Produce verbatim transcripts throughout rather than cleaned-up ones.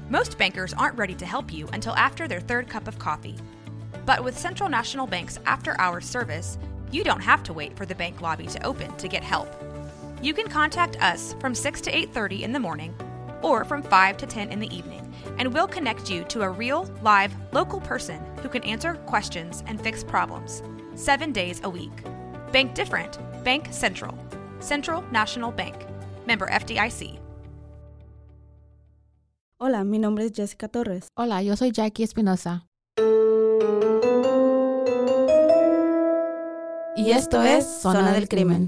Most bankers aren't ready to help you until after their third cup of coffee. But with Central National Bank's after-hours service, you don't have to wait for the bank lobby to open to get help. You can contact us from six to eight thirty in the morning or from five to ten in the evening, and we'll connect you to a real, live, local person who can answer questions and fix problems, seven days a week. Bank different. Bank Central. Central National Bank. Member F D I C. Hola, mi nombre es Jessica Torres. Hola, yo soy Jackie Espinosa. Y esto es Zona del Crimen.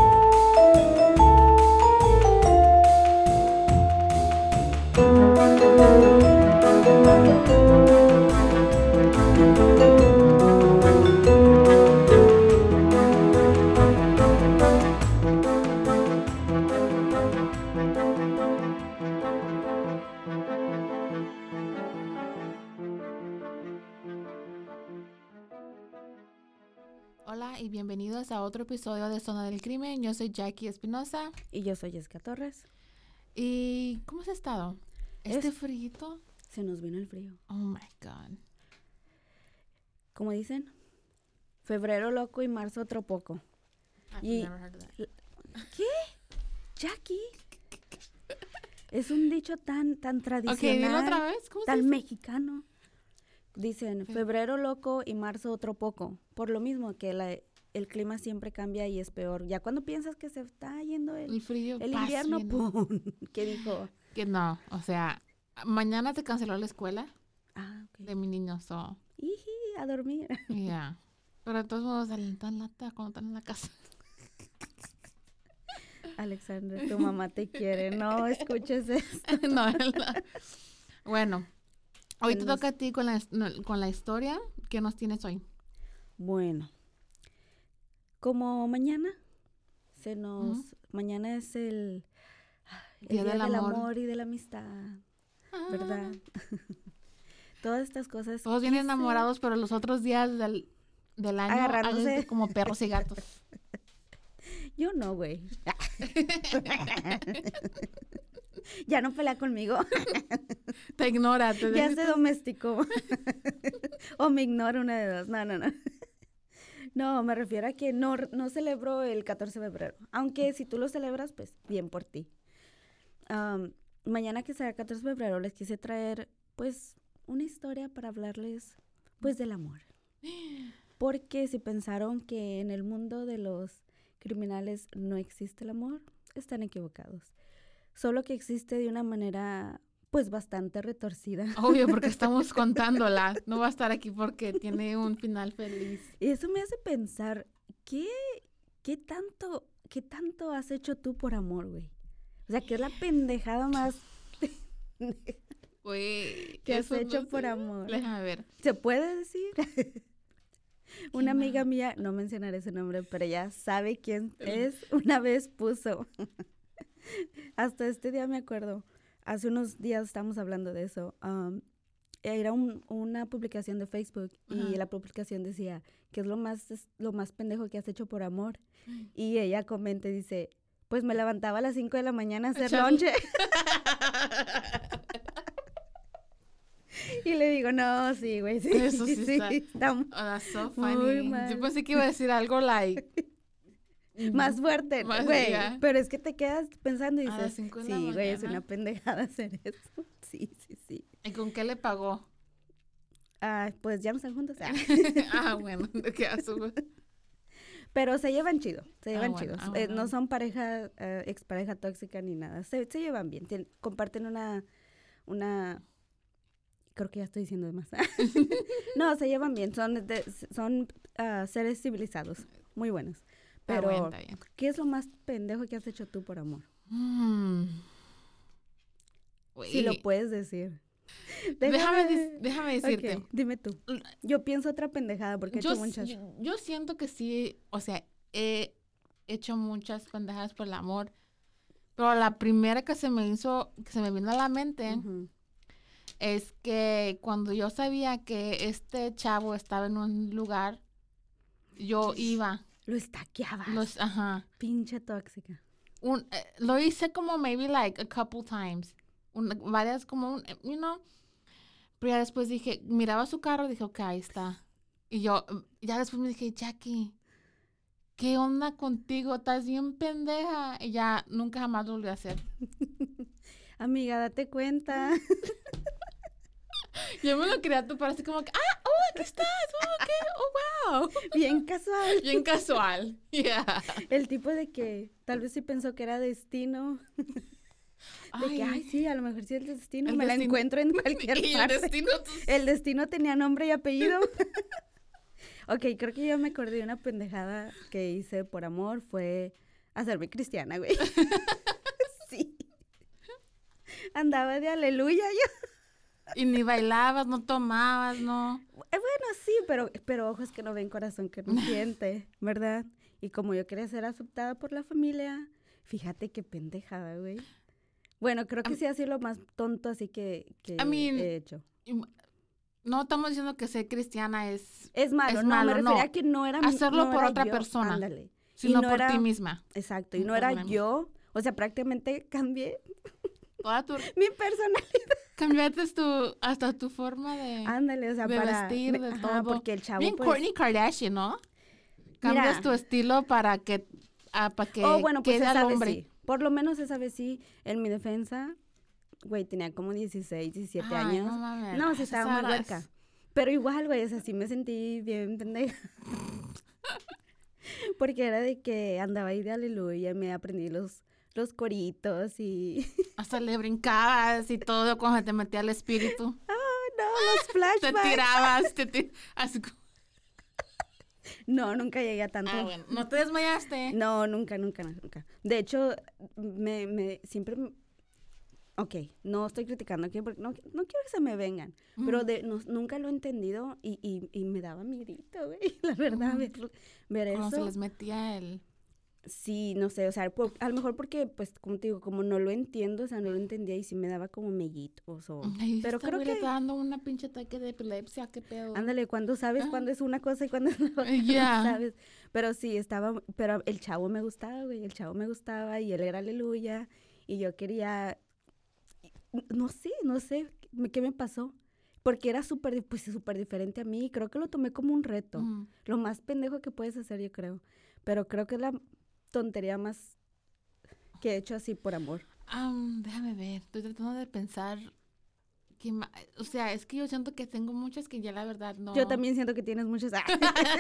Hola y bienvenidos a otro episodio de Zona del Crimen. Yo soy Jackie Espinosa. Y yo soy Jessica Torres. ¿Y cómo has estado? ¿Este Es- frito? Se nos vino el frío. Oh my God. Como dicen, febrero loco y marzo otro poco. I've Y- never heard of that. ¿Qué? Jackie. Es un dicho tan, tan Ok, tradicional, dilo otra vez. ¿Cómo se tan dice? mexicano. Dicen, febrero loco y marzo otro poco. Por lo mismo que la- el clima siempre cambia y es peor. Ya cuando piensas que se está yendo el, El frío. el paz, invierno, viene. ¡pum! ¿Qué dijo? Que no, o sea, mañana te canceló la escuela Ah, ok. de mi niño, so, Iji, a dormir. yeah. Pero de todos modos, tan lata cuando están en la casa. Alexandra, tu mamá te quiere. No escuches esto. No, no. Bueno, hoy te Tenemos- toca a ti con la, no, con la historia. ¿Qué nos tienes hoy? Bueno, como mañana, se nos... Ujú. Mañana es el, el Día Día del del amor. amor y de la amistad, ¿verdad? Todas estas cosas. Todos vienen quise- enamorados, pero los otros días del, del año Agarrándose. háganse como perros y gatos. Yo no, güey. Ya no pelea conmigo. Te ignora. Te Ya deja- se domesticó. O me ignora, una de dos. No, no, no. No, me refiero a que no, no celebro el catorce de febrero. Aunque si tú lo celebras, pues bien por ti. Am, mañana que será catorce de febrero, les quise traer, pues, una historia para hablarles, pues, del amor. Porque si pensaron que en el mundo de los criminales no existe el amor, están equivocados. Solo que existe de una manera, pues, bastante retorcida. Obvio, porque estamos contándola. No va a estar aquí porque tiene un final feliz. Y eso me hace pensar, ¿qué, qué tanto, qué tanto has hecho tú por amor, güey? O sea, ¿qué es la pendejada más Güey. que has eso no hecho por sé. amor? Déjame ver. ¿Se puede decir? Una mal. amiga mía, no mencionaré su nombre, pero ella sabe quién es, una vez puso. Hasta este día me acuerdo. Hace unos días estábamos hablando de eso. um, era un- una publicación de Facebook y Ajá. la publicación decía, ¿qué es lo más, es lo más pendejo que has hecho por amor? Y ella comenta y dice, pues me levantaba a las cinco de la mañana a hacer Echar- lonche. Y le digo, no, sí, güey, sí, Eso sí sí, está- está Oh, that's so Muy funny. mal. Yo pensé que iba a decir algo like. más fuerte, Más, güey. ya. Pero es que te quedas pensando y A las dices, cinco de la sí, güey, es mañana. una pendejada hacer eso. Sí, sí, sí. ¿Y con qué le pagó? Ah, pues ya no están juntos. ah. Ah, bueno, de qué asumo. Pero se llevan chido, se Ah, llevan bueno, chidos. ah, Eh, bueno. no son pareja, eh, expareja tóxica ni nada. Se, se llevan bien. Tien- comparten una, una, creo que ya estoy diciendo de más. No, se llevan bien. Son, de- son ah, seres civilizados, muy buenos. Está Pero, bien, está bien. ¿qué es lo más pendejo que has hecho tú por amor? Mm. Si lo Güey, puedes decir. déjame, dis- déjame decirte. Ok, dime tú. Yo pienso otra pendejada porque he Yo, hecho s- muchas. yo, yo siento que sí, o sea, he hecho muchas pendejadas por el amor, pero la primera que se me hizo, que se me vino a la mente, Ujú. es que cuando yo sabía que este chavo estaba en un lugar, yo iba, Lo estaqueabas. los, ajá, Pinche tóxica. un, eh, lo hice como maybe like a couple times, una, varias como, un, you know, pero ya después dije, miraba su carro y dije, ok, ahí está. Y yo, ya después me dije, Jackie, ¿qué onda contigo? Estás bien pendeja. Y ya nunca jamás lo volví a hacer. Amiga, date cuenta. Yo me lo quería topar así como que, ah, oh, aquí estás, oh, ¿qué? Oh, wow. Bien casual. Bien casual. Yeah. El tipo de que tal vez sí pensó que era destino. De Ay. que, ay, sí, a lo mejor sí es el destino. El me destino. la encuentro en cualquier Y el parte. destino. El destino tenía nombre y apellido. Ok, creo que yo me acordé de una pendejada que hice por amor. Fue hacerme cristiana, güey. Sí. Andaba de aleluya yo. Y ni bailabas, no tomabas, no. Eh, Bueno, sí, pero, pero ojos que no ven, corazón que no siente, ¿verdad? Y como yo quería ser aceptada por la familia, fíjate qué pendejada, güey. Bueno, creo que Am- sí ha sido lo más tonto así que, que I mean, he hecho. Y no estamos diciendo que ser cristiana es Es malo, es no, malo, me refería no. a que no era mi- Hacerlo no por era otra yo, persona. Ándale. sino y no por era- ti misma. Exacto, y Mm, no era perdóname. yo, o sea, prácticamente cambié Toda tu, mi personalidad. cambiaste tu, hasta tu forma de, Ándale, o sea, de para... vestir, me- de ajá, todo. porque el chavo, Bien pues... Kourtney Kardashian, ¿no? Cambias Mira. tu estilo para que, ah, para que Oh, bueno, pues quede esa al vez hombre. sí. Por lo menos esa vez sí, en mi defensa, güey, tenía como dieciséis, diecisiete Ay, años. no mames. No, sí estaba muy Esas- huerca. Pero igual, güey, o sea, sí me sentí bien pendeja. Porque era de que andaba ahí de aleluya, me aprendí los, los coritos y... Hasta le brincabas y todo cuando te metía el espíritu. No, los Te flashbacks. tirabas, te ti- así como- No, nunca llegué a tanto. Ah, bueno, no te desmayaste. No, nunca, nunca, nunca. De hecho, me, me, siempre... me- Ok, no estoy criticando aquí porque no, no quiero que se me vengan, pero Mm. de, no- nunca lo he entendido y, y, y me daba miedito, güey, la verdad, Mm. ver, ver Cuando se eso. les metía el... Sí, no sé, o sea, por- a lo mejor porque, pues, como te digo, como no lo entiendo, o sea, no lo entendía y sí me daba como mellitos o... Ay, pero esta creo güey le que, está dando una pinche ataque de epilepsia, qué pedo. ándale, cuando sabes Ah. cuándo es una cosa y cuándo es la otra, Ya. no sabes. Pero sí, estaba, pero el chavo me gustaba, güey, el chavo me gustaba y él era aleluya y yo quería, no sé, no sé me- qué me pasó. Porque era súper, di- pues, súper diferente a mí y creo que lo tomé como un reto. Mm. Lo más pendejo que puedes hacer, yo creo. Pero creo que es la tontería más que he hecho así por amor. Am, déjame ver, estoy tratando de pensar que ma- o sea, es que yo siento que tengo muchas que ya la verdad no. Yo también siento que tienes muchas... Ah.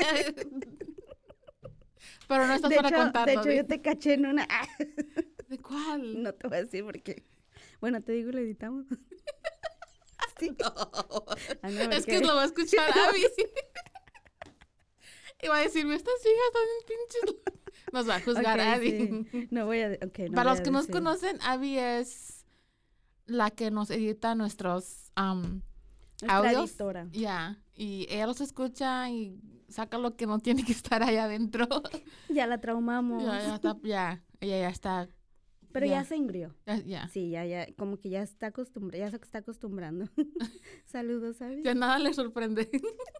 Pero no estás de para hecho, contarlo. de hecho, ¿de- yo te caché en una... Ah. ¿De cuál? No te voy a decir porque... Bueno, te digo, lo editamos. Sí. Ah, no, Es porque- que lo va a escuchar Abby. Y va a decirme, estas hijas están bien pinches. Nos va a juzgar Ok, Abby. sí. No voy a... Okay, no Para voy los a que nos decir. conocen, Abby es la que nos edita nuestros am, Nuestra audios. editora. Ya, y ella los escucha y saca lo que no tiene que estar allá adentro. Ya la traumamos. Ya, ya está, ya, ella ya está. Pero ya se engrió. Ya, ya. Sí, ya, ya, como que ya está acostumbrada, ya se está acostumbrando. Saludos, ¿sabes? Ya nada le sorprende.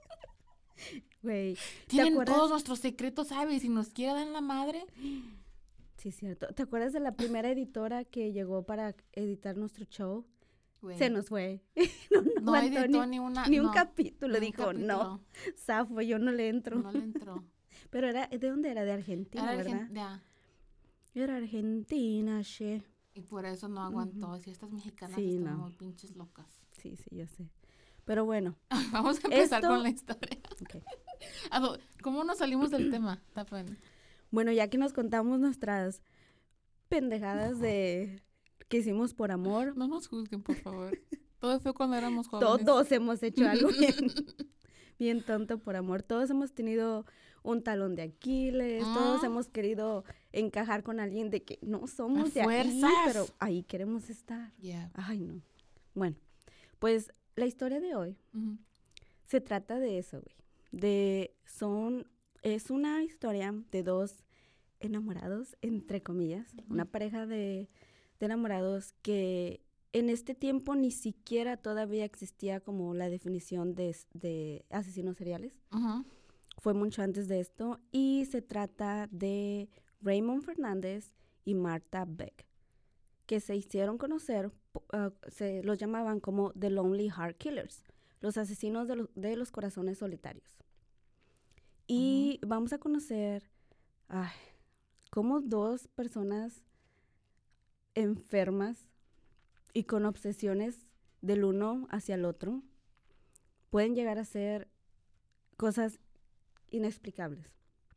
Güey, ¿te Tienen acuerdas? todos nuestros secretos, ¿sabes? Si nos quiere dar en la madre. Sí, cierto. ¿Te acuerdas de la primera editora que llegó para editar nuestro show? Güey, Se nos fue. no, no, no aguantó editó ni, ni una. ni un no, capítulo. ni un Dijo, no, capítulo. zafo, yo no le entro. No le entró. Pero era, ¿de dónde era? De Argentina, Era ¿verdad? argen- ya. Era Argentina, che. Y por eso no aguantó. Si estas mexicanas Sí, están no. muy pinches locas. Sí, sí, yo sé. Pero bueno, Vamos a empezar Esto- con la historia. ok. ¿A dó- ¿Cómo nos salimos del tema? Está bueno. Bueno, ya que nos contamos nuestras pendejadas de que hicimos por amor, No nos juzguen, por favor. Todo fue cuando éramos jóvenes. todos hemos hecho algo bien, bien tonto por amor. Todos hemos tenido un talón de Aquiles, todos Ah. hemos querido encajar con alguien de que no somos de ahí, fuerzas. pero ahí queremos estar. Yeah. Ay, no. Bueno, pues la historia de hoy Ujú. se trata de eso, güey. De son es una historia de dos enamorados, entre comillas, una pareja de, de enamorados que en este tiempo ni siquiera todavía existía como la definición de, s- de asesinos seriales. Ujú. Fue mucho antes de esto y se trata de Raymond Fernández y Marta Beck, que se hicieron conocer uh, se los llamaban como The Lonely Heart Killers, los asesinos de, lo, de los corazones solitarios. Y uh-huh. vamos a conocer ay, cómo dos personas enfermas y con obsesiones del uno hacia el otro pueden llegar a hacer cosas inexplicables.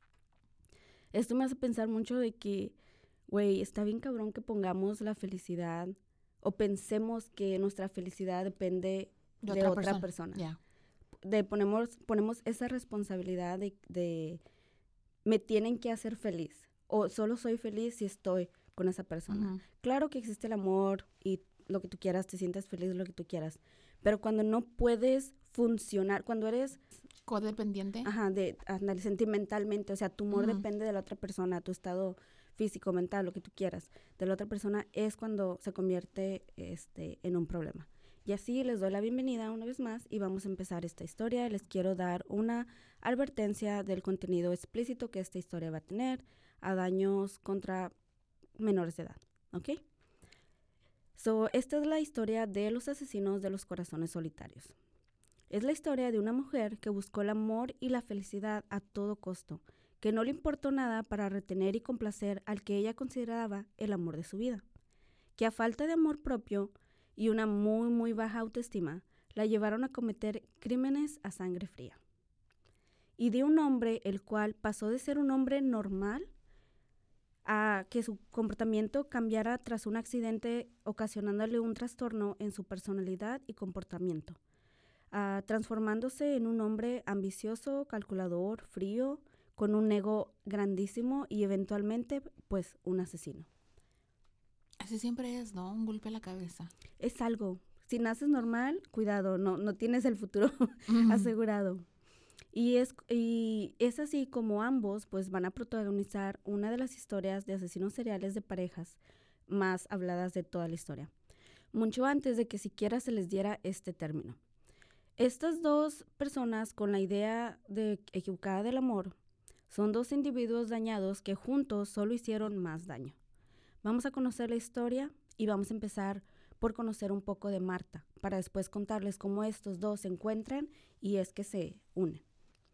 Esto me hace pensar mucho de que, güey, está bien cabrón que pongamos la felicidad o pensemos que nuestra felicidad depende de, de otra, otra persona. persona. Yeah. De ponemos, ponemos esa responsabilidad de, de me tienen que hacer feliz o solo soy feliz si estoy con esa persona. Uh-huh. Claro que existe el amor y lo que tú quieras, te sientes feliz, lo que tú quieras, pero cuando no puedes funcionar, cuando eres codependiente, ajá, de, de sentimentalmente, o sea, tu humor uh-huh. depende de la otra persona, tu estado físico, mental, lo que tú quieras, de la otra persona, es cuando se convierte este, en un problema. Y así les doy la bienvenida una vez más y vamos a empezar esta historia. Les quiero dar una advertencia del contenido explícito que esta historia va a tener a daños contra menores de edad, ¿ok? So, esta es la historia de los asesinos de los corazones solitarios. Es la historia de una mujer que buscó el amor y la felicidad a todo costo, que no le importó nada para retener y complacer al que ella consideraba el amor de su vida, que a falta de amor propio y una muy, muy baja autoestima, la llevaron a cometer crímenes a sangre fría. Y de un hombre el cual pasó de ser un hombre normal a que su comportamiento cambiara tras un accidente ocasionándole un trastorno en su personalidad y comportamiento, uh, transformándose en un hombre ambicioso, calculador, frío, con un ego grandísimo y eventualmente, pues, un asesino. Así siempre es, ¿no? Un golpe a la cabeza. Es algo. Si naces normal, cuidado, no, no tienes el futuro uh-huh. asegurado. Y es, y es así como ambos pues van a protagonizar una de las historias de asesinos seriales de parejas más habladas de toda la historia, mucho antes de que siquiera se les diera este término. Estas dos personas con la idea de, equivocada del amor son dos individuos dañados que juntos solo hicieron más daño. Vamos a conocer la historia y vamos a empezar por conocer un poco de Marta, para después contarles cómo estos dos se encuentran y es que se unen.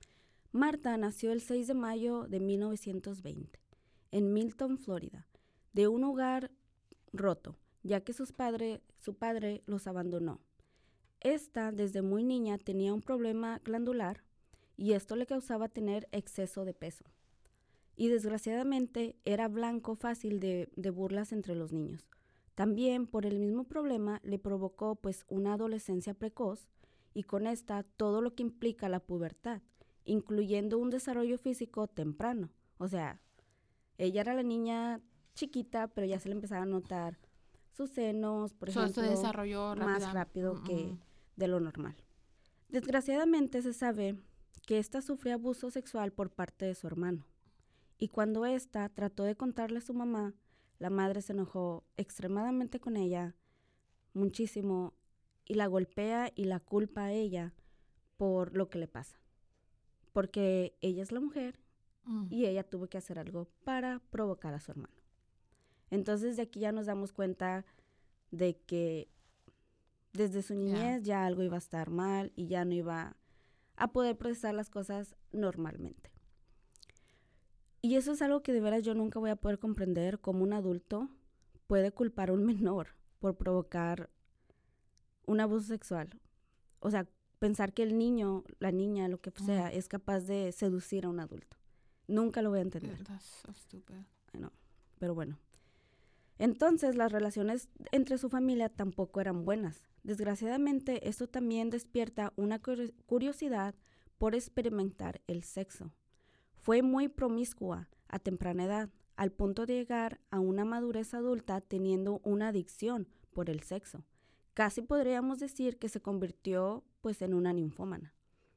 Marta nació el seis de mayo de mil novecientos veinte en Milton, Florida, de un hogar roto, ya que sus padre, su padre los abandonó. Esta, desde muy niña, tenía un problema glandular y esto le causaba tener exceso de peso. Y desgraciadamente era blanco fácil de, de burlas entre los niños. También por el mismo problema le provocó pues una adolescencia precoz y con esta todo lo que implica la pubertad, incluyendo un desarrollo físico temprano. O sea, ella era la niña chiquita, pero ya se le empezaba a notar sus senos, por so, ejemplo, se desarrolló más rápida. rápido Mm-mm. que de lo normal. Desgraciadamente se sabe que ésta sufre abuso sexual por parte de su hermano. Y cuando ésta trató de contarle a su mamá, la madre se enojó extremadamente con ella, muchísimo, y la golpea y la culpa a ella por lo que le pasa. Porque ella es la mujer mm. y ella tuvo que hacer algo para provocar a su hermano. Entonces de aquí ya nos damos cuenta de que desde su niñez yeah. ya algo iba a estar mal y ya no iba a poder procesar las cosas normalmente. Y eso es algo que de veras yo nunca voy a poder comprender, cómo un adulto puede culpar a un menor por provocar un abuso sexual. O sea, pensar que el niño, la niña, lo que sea, mm. es capaz de seducir a un adulto. Nunca lo voy a entender. That's so stupid. I know. Pero bueno. Entonces, las relaciones entre su familia tampoco eran buenas. Desgraciadamente, esto también despierta una curiosidad por experimentar el sexo. Fue muy promiscua a temprana edad, al punto de llegar a una madurez adulta teniendo una adicción por el sexo. Casi podríamos decir que se convirtió pues en una ninfómana.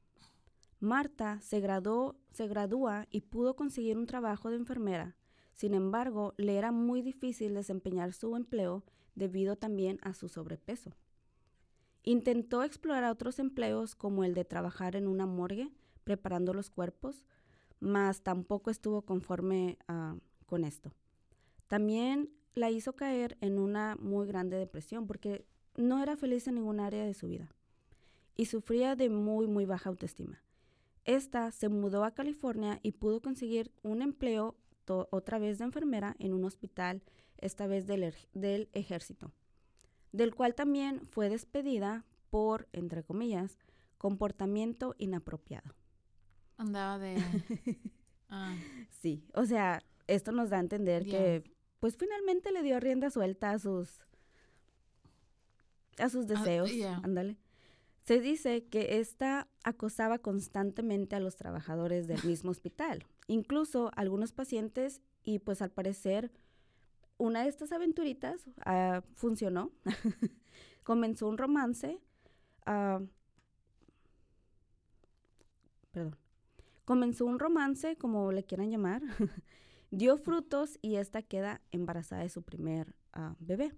Marta se graduó, se gradúa y pudo conseguir un trabajo de enfermera. Sin embargo, le era muy difícil desempeñar su empleo debido también a su sobrepeso. Intentó explorar otros empleos como el de trabajar en una morgue preparando los cuerpos, mas tampoco estuvo conforme uh, con esto. También la hizo caer en una muy grande depresión porque no era feliz en ningún área de su vida y sufría de muy, muy baja autoestima. Esta se mudó a California y pudo conseguir un empleo to- otra vez de enfermera en un hospital, esta vez del, er- del ejército, del cual también fue despedida por, entre comillas, comportamiento inapropiado. Andaba de... ah, Sí, o sea, esto nos da a entender Dios. que pues finalmente le dio rienda suelta a sus a sus Ah, deseos, yeah. ándale. Se dice que ésta acosaba constantemente a los trabajadores del mismo hospital, incluso algunos pacientes, y pues al parecer una de estas aventuritas ah, funcionó. Comenzó un romance, ah, perdón, comenzó un romance, como le quieran llamar, dio frutos y esta queda embarazada de su primer ah, bebé.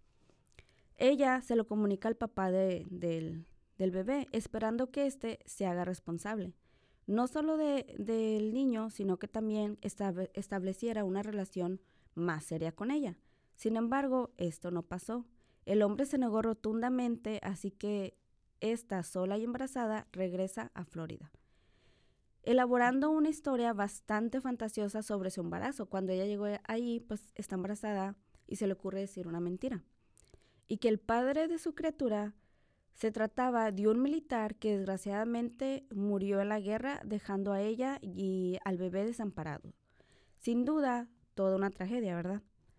Ella se lo comunica al papá de, del, del bebé, esperando que éste se haga responsable, no solo de, del niño, sino que también estable, estableciera una relación más seria con ella. Sin embargo, esto no pasó. El hombre se negó rotundamente, así que esta, sola y embarazada, regresa a Florida, elaborando una historia bastante fantasiosa sobre su embarazo. Cuando ella llegó ahí, pues está embarazada y se le ocurre decir una mentira. Y que el padre de su criatura se trataba de un militar que desgraciadamente murió en la guerra, dejando a ella y al bebé desamparado. Sin duda, toda una tragedia, ¿verdad?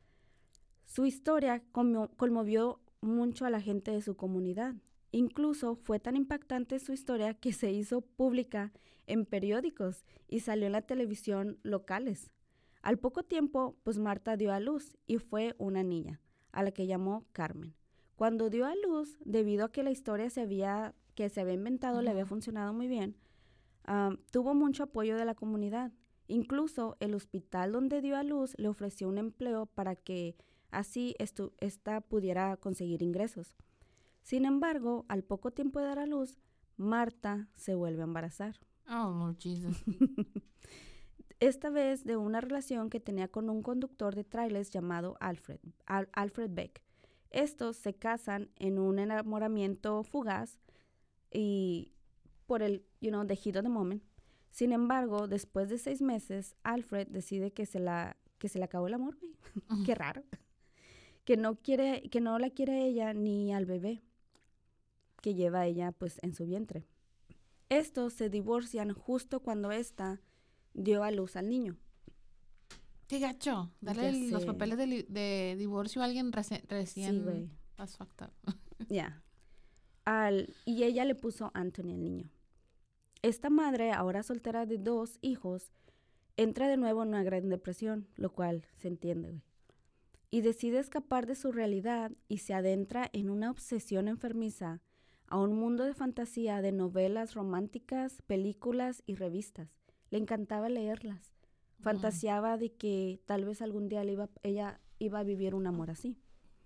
Su historia conmo- conmovió mucho a la gente de su comunidad. Incluso fue tan impactante su historia que se hizo pública en periódicos y salió en la televisión locales. Al poco tiempo, pues Marta dio a luz y fue una niña, a la que llamó Carmen. Cuando dio a luz, debido a que la historia se había, que se había inventado le había Ujú. funcionado muy bien, ah, tuvo mucho apoyo de la comunidad. Incluso el hospital donde dio a luz le ofreció un empleo para que así estu- esta pudiera conseguir ingresos. Sin embargo, al poco tiempo de dar a luz, Marta se vuelve a embarazar. Oh, Lord Jesus. Esta vez de una relación que tenía con un conductor de trailers llamado Alfred, Al- Alfred Beck. Estos se casan en un enamoramiento fugaz y por el, you know, the heat of the moment. Sin embargo, después de seis meses, Alfred decide que se la, que se le acabó el amor, güey. Qué raro. Que no quiere, que no la quiere a ella ni al bebé que lleva ella pues en su vientre. Estos se divorcian justo cuando ésta dio a luz al niño. Qué gacho. Darle Ya el- los sé. papeles de, li- de divorcio a alguien reci- recién... Sí, güey. That's fucked up. Ya. Al, y ella le puso Anthony al niño. Esta madre, ahora soltera de dos hijos, entra de nuevo en una gran depresión, lo cual se entiende, güey. Y decide escapar de su realidad y se adentra en una obsesión enfermiza a un mundo de fantasía de novelas románticas, películas y revistas. Le encantaba leerlas. Fantaseaba de que tal vez algún día le iba, ella iba a vivir un amor así.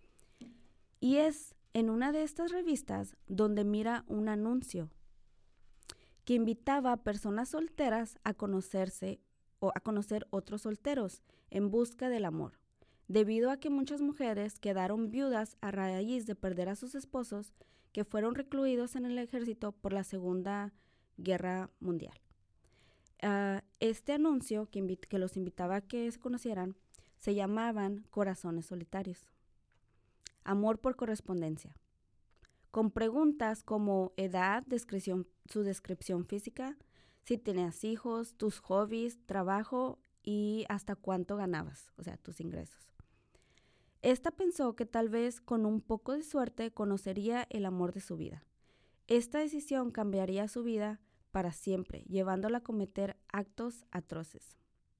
Y es en una de estas revistas donde mira un anuncio que invitaba a personas solteras a conocerse o a conocer otros solteros en busca del amor, debido a que muchas mujeres quedaron viudas a raíz de perder a sus esposos que fueron recluidos en el ejército por la Segunda Guerra Mundial. Uh, este anuncio que, invi- que los invitaba a que se conocieran se llamaban Corazones Solitarios. Amor por correspondencia, con preguntas como edad, descripción, su descripción física, si tenías hijos, tus hobbies, trabajo y hasta cuánto ganabas, o sea, tus ingresos. Esta pensó que tal vez con un poco de suerte conocería el amor de su vida. Esta decisión cambiaría su vida para siempre, llevándola a cometer actos atroces.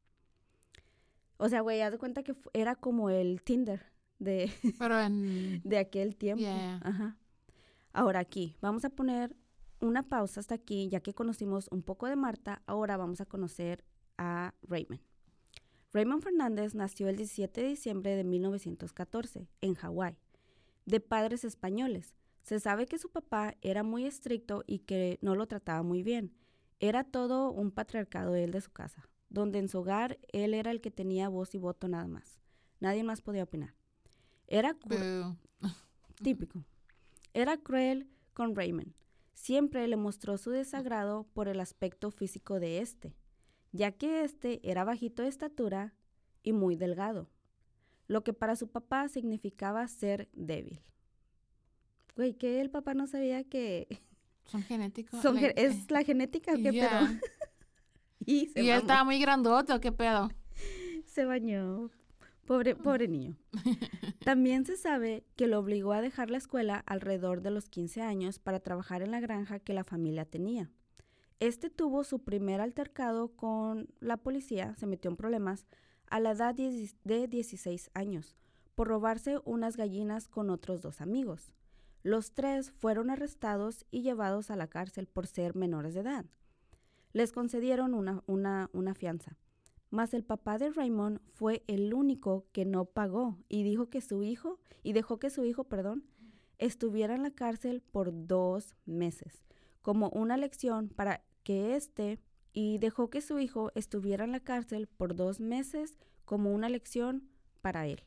O sea, güey, haz de cuenta que fu- era como el Tinder de, Pero en... de aquel tiempo. Yeah. Ajá. Ahora aquí, vamos a poner una pausa hasta aquí, ya que conocimos un poco de Marta, ahora vamos a conocer a Raymond. Raymond Fernández nació el diecisiete de diciembre de mil novecientos catorce en Hawái, de padres españoles. Se sabe que su papá era muy estricto y que no lo trataba muy bien. Era todo un patriarcado él de su casa, donde en su hogar él era el que tenía voz y voto nada más. Nadie más podía opinar. Era cru- típico. Era cruel con Raymond. Siempre le mostró su desagrado por el aspecto físico de este, ya que este era bajito de estatura y muy delgado, lo que para su papá significaba ser débil. Güey, que el papá no sabía que Son genéticos. son like, ge- es la genética, ¿qué yeah. pedo? Y se ¿Y él mamó. estaba muy grandote o qué pedo? Se bañó. Pobre, pobre niño. También se sabe que lo obligó a dejar la escuela alrededor de los quince años para trabajar en la granja que la familia tenía. Este tuvo su primer altercado con la policía, se metió en problemas, a la edad de dieciséis años, por robarse unas gallinas con otros dos amigos. Los tres fueron arrestados y llevados a la cárcel por ser menores de edad. Les concedieron una, una, una fianza. Mas el papá de Raymond fue el único que no pagó y dijo que su hijo, y dejó que su hijo, perdón, estuviera en la cárcel por dos meses, como una lección para que éste, y dejó que su hijo estuviera en la cárcel por dos meses como una lección para él.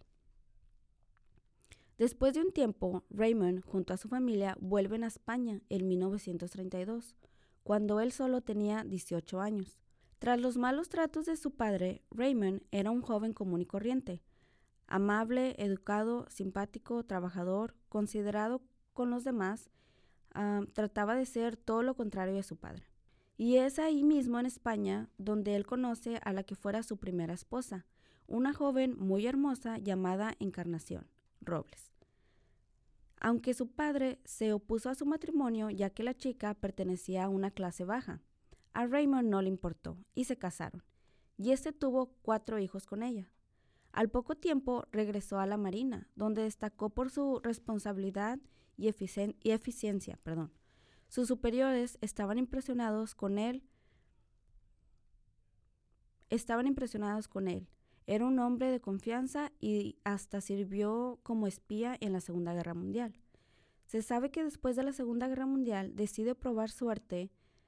Después de un tiempo, Raymond, junto a su familia, vuelven a España en mil novecientos treinta y dos, cuando él solo tenía dieciocho años. Tras los malos tratos de su padre, Raymond era un joven común y corriente, amable, educado, simpático, trabajador, considerado con los demás, uh, trataba de ser todo lo contrario de su padre. Y es ahí mismo en España donde él conoce a la que fuera su primera esposa, una joven muy hermosa llamada Encarnación Robles. Aunque su padre se opuso a su matrimonio ya que la chica pertenecía a una clase baja, a Raymond no le importó y se casaron, y este tuvo cuatro hijos con ella. Al poco tiempo regresó a la Marina, donde destacó por su responsabilidad y, eficien- y eficiencia. Perdón. Sus superiores estaban impresionados con él. Estaban impresionados con él. Era un hombre de confianza y hasta sirvió como espía en la Segunda Guerra Mundial. Se sabe que después de la Segunda Guerra Mundial decide probar suerte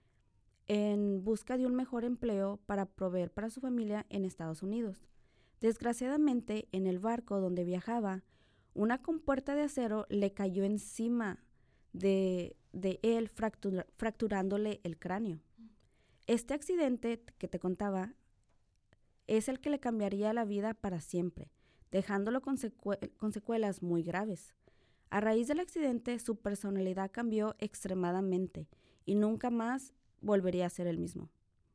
en busca de un mejor empleo para proveer para su familia en Estados Unidos. Desgraciadamente, en el barco donde viajaba, una compuerta de acero le cayó encima de, de él, fractura, fracturándole el cráneo. Este accidente que te contaba es el que le cambiaría la vida para siempre, dejándolo con, secue- con secuelas muy graves. A raíz del accidente, su personalidad cambió extremadamente y nunca más volvería a ser el mismo.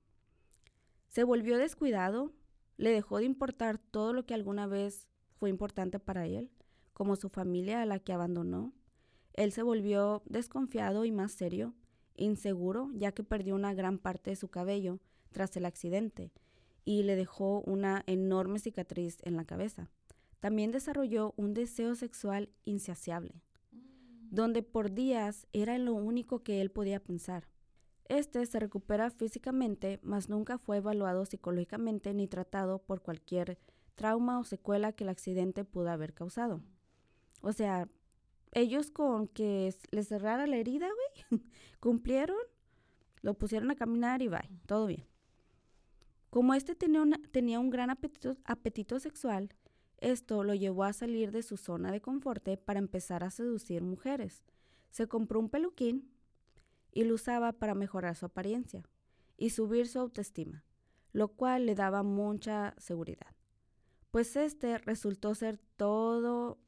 Se volvió descuidado, le dejó de importar todo lo que alguna vez fue importante para él, como su familia a la que abandonó. Él se volvió desconfiado y más serio, inseguro, ya que perdió una gran parte de su cabello tras el accidente y le dejó una enorme cicatriz en la cabeza. También desarrolló un deseo sexual insaciable, donde por días era lo único que él podía pensar. Este se recupera físicamente, mas nunca fue evaluado psicológicamente ni tratado por cualquier trauma o secuela que el accidente pudo haber causado. O sea, ellos con que les cerrara la herida, güey, cumplieron, lo pusieron a caminar y bye, todo bien. Como este tenía, una, tenía un gran apetito, apetito sexual, esto lo llevó a salir de su zona de confort para empezar a seducir mujeres. Se compró un peluquín y lo usaba para mejorar su apariencia y subir su autoestima, lo cual le daba mucha seguridad. Pues este resultó ser todo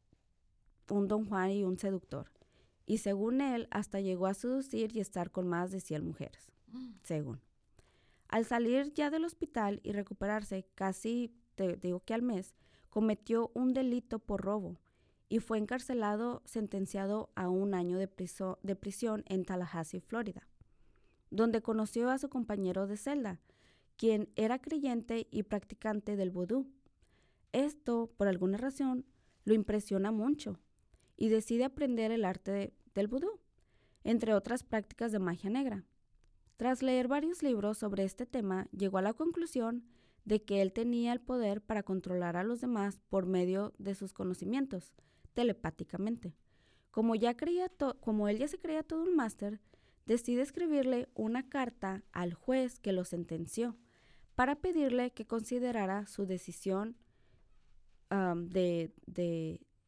un Don Juan y un seductor, y según él, hasta llegó a seducir y estar con más de cien mujeres, mm. según. Al salir ya del hospital y recuperarse casi, te digo que al mes, cometió un delito por robo, y fue encarcelado, sentenciado a un año de, priso, de prisión en Tallahassee, Florida, donde conoció a su compañero de celda, quien era creyente y practicante del vudú. Esto, por alguna razón, lo impresiona mucho y decide aprender el arte de, del vudú, entre otras prácticas de magia negra. Tras leer varios libros sobre este tema, llegó a la conclusión de que él tenía el poder para controlar a los demás por medio de sus conocimientos, telepáticamente. Como, ya creía to- como él ya se creía todo un máster, decide escribirle una carta al juez que lo sentenció para pedirle que considerara su decisión um, de, de